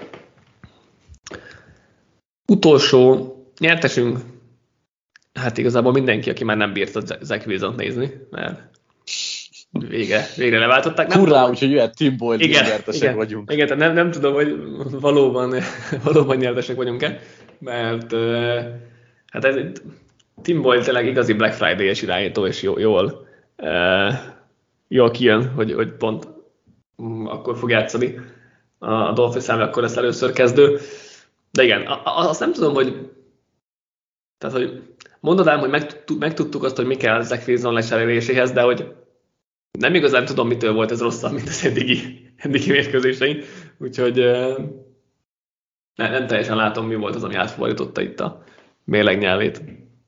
Utolsó nyertesünk, hát igazából mindenki, aki már nem bírt a Zach Wilsont nézni, mert végre leváltották. Hurrá, úgyhogy jöhet Tim Boyle, nyertesek vagyunk. Igen, tehát nem tudom, hogy valóban nyertesek vagyunk-e, mert hát Tim Boyle tényleg igazi Black Friday-es irányító, és jól kijön, hogy pont akkor fog játszani a Dolphins ellen, akkor lesz először kezdő. De igen, azt nem tudom, hogy mondod ám, hogy megtudtuk azt, hogy mi kell Zach Wilson lecseréléséhez, de hogy nem igazán tudom, mitől volt ez rosszabb, mint az eddigi mérkőzéseink, úgyhogy nem teljesen látom, mi volt az, ami átfordította itt a mérleg nyelvét.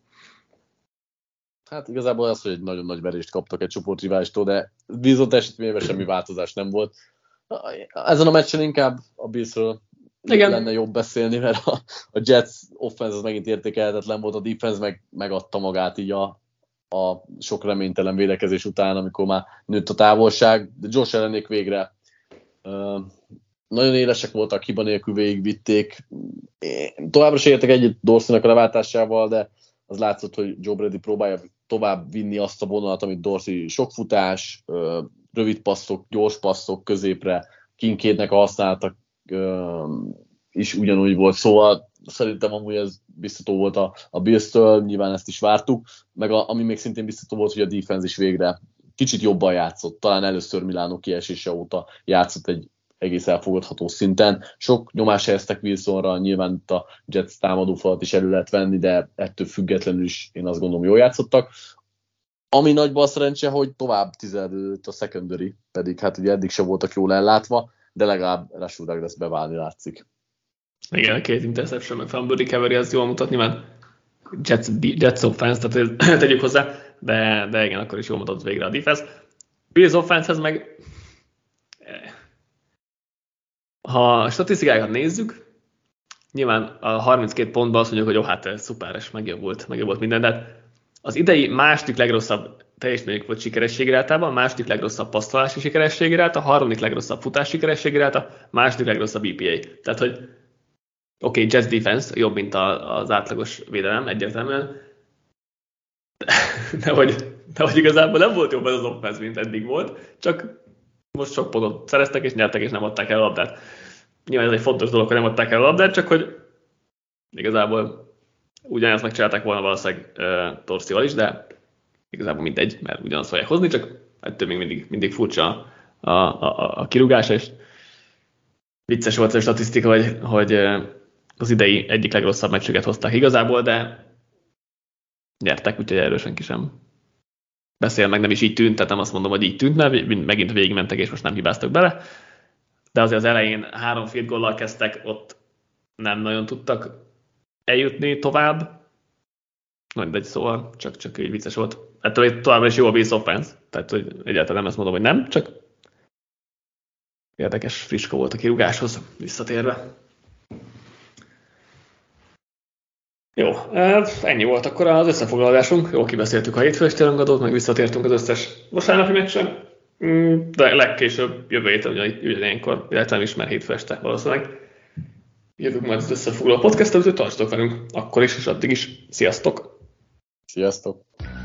Hát igazából az, hogy egy nagyon nagy verést kaptak egy csoportriválistól, de Wilson teljesítményében semmi változás nem volt. Ezen a meccsen inkább a Billsről lenne jobb beszélni, mert a Jets offense az megint értékelhetetlen volt, a defense megadta magát így a sok reménytelen védekezés után, amikor már nőtt a távolság, de Josh Allenék végre nagyon élesek voltak, hiba nélkül végigvitték. Továbbra se értek együtt Dorseynak a leváltásával, de az látszott, hogy Joe Brady próbálja tovább vinni azt a vonalat, amit Dorsey sok futás, rövid passzok, gyors passzok középre, Kincaidnek a használata is ugyanúgy volt, szóval szerintem amúgy ez biztató volt a Bills-től, nyilván ezt is vártuk, meg ami még szintén biztató volt, hogy a defense is végre kicsit jobban játszott, talán először Milano kiesése óta játszott egy egész elfogadható szinten. Sok nyomást helyeztek Wilsonra, nyilván itt a Jets támadófalat is elő lehet venni, de ettől függetlenül is én azt gondolom, jól játszottak. Ami nagy bal szerencse, hogy tovább tizedelődött a secondary, pedig hát ugye eddig se voltak jól ellátva, de legalább Rashford Douglas beválni látszik. Igen, a 2 interception, meg fumble recovery, az jól mutat, nyilván Jets offense, tehát tegyük hozzá, de igen, akkor is jól mutatott végre a defense. Bills offense-hez meg, ha a statisztikákat nézzük, nyilván a 32 pontban azt mondjuk, hogy jó, hát szuper, és megjobbult minden, de az idei második legrosszabb teljesítményük volt sikerességi rátában, a második legrosszabb passztolási sikerességi ráta, a harmadik legrosszabb futás sikerességi ráta, a második legrosszabb EPA. Tehát, hogy oké, Jets defense jobb, mint az átlagos védelem, egyértelműen, de hogy igazából nem volt jobb ez az offense, mint eddig volt, csak most sok pontot szereztek, és nyertek, és nem adták el a labdát. Nyilván ez egy fontos dolog, hogy nem adták el a labdát, csak hogy igazából ugyanezt megcsinálták volna valószínűleg Dorseyval is, de igazából mindegy, mert ugyanazt fogják hozni, csak ettől még mindig furcsa a kirúgás, és vicces volt a statisztika, hogy az idei egyik legrosszabb meccsüket hozták igazából, de nyertek, úgyhogy erről senki sem beszél, meg nem is így tűnt, tehát nem azt mondom, hogy így tűnt, mert megint végigmentek, és most nem hibáztak bele, de azért az elején 3 field goallal kezdtek, ott nem nagyon tudtak eljutni tovább, mindegy, szóval csak így vicces volt. Ettől továbbra is jó a Bills offense, tehát hogy egyáltalán nem ezt mondom, hogy nem, csak érdekes fricska volt a kirúgáshoz visszatérve. Jó, ennyi volt akkor az összefoglalásunk. Jól kibeszéltük a hétfős térangadót, meg visszatértünk az összes vasárnapi meccsen, de legkésőbb jövő héten ugyanilyenkor, illetve nem is, mert hétfő este valószínűleg jövünk majd az összefoglaló podcastot, úgyhogy tartsatok velünk akkor is, és addig is. Sziasztok! Sziasztok!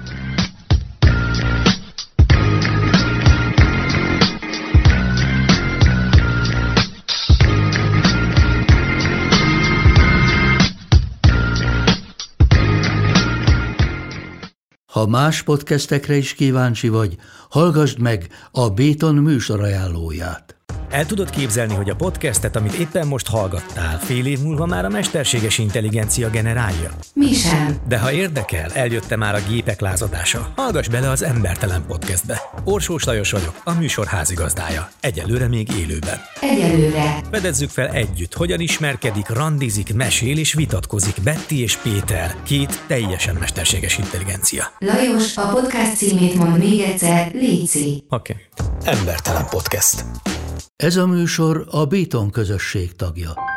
Ha más podcastekre is kíváncsi vagy, hallgassd meg a Béton műsor ajánlóját. El tudod képzelni, hogy a podcastet, amit éppen most hallgattál, fél év múlva már a mesterséges intelligencia generálja? Mi sem. De ha érdekel, eljött már a gépek lázadása. Hallgass bele az Embertelen Podcastbe. Orsós Lajos vagyok, a műsor házigazdája. Egyelőre még élőben. Egyelőre. Fedezzük fel együtt, hogyan ismerkedik, randizik, mesél és vitatkozik Betty és Péter, két teljesen mesterséges intelligencia. Lajos, a podcast címét mondd még egyszer, léci. Oké. Embertelen Podcast. Ez a műsor a Béton közösség tagja.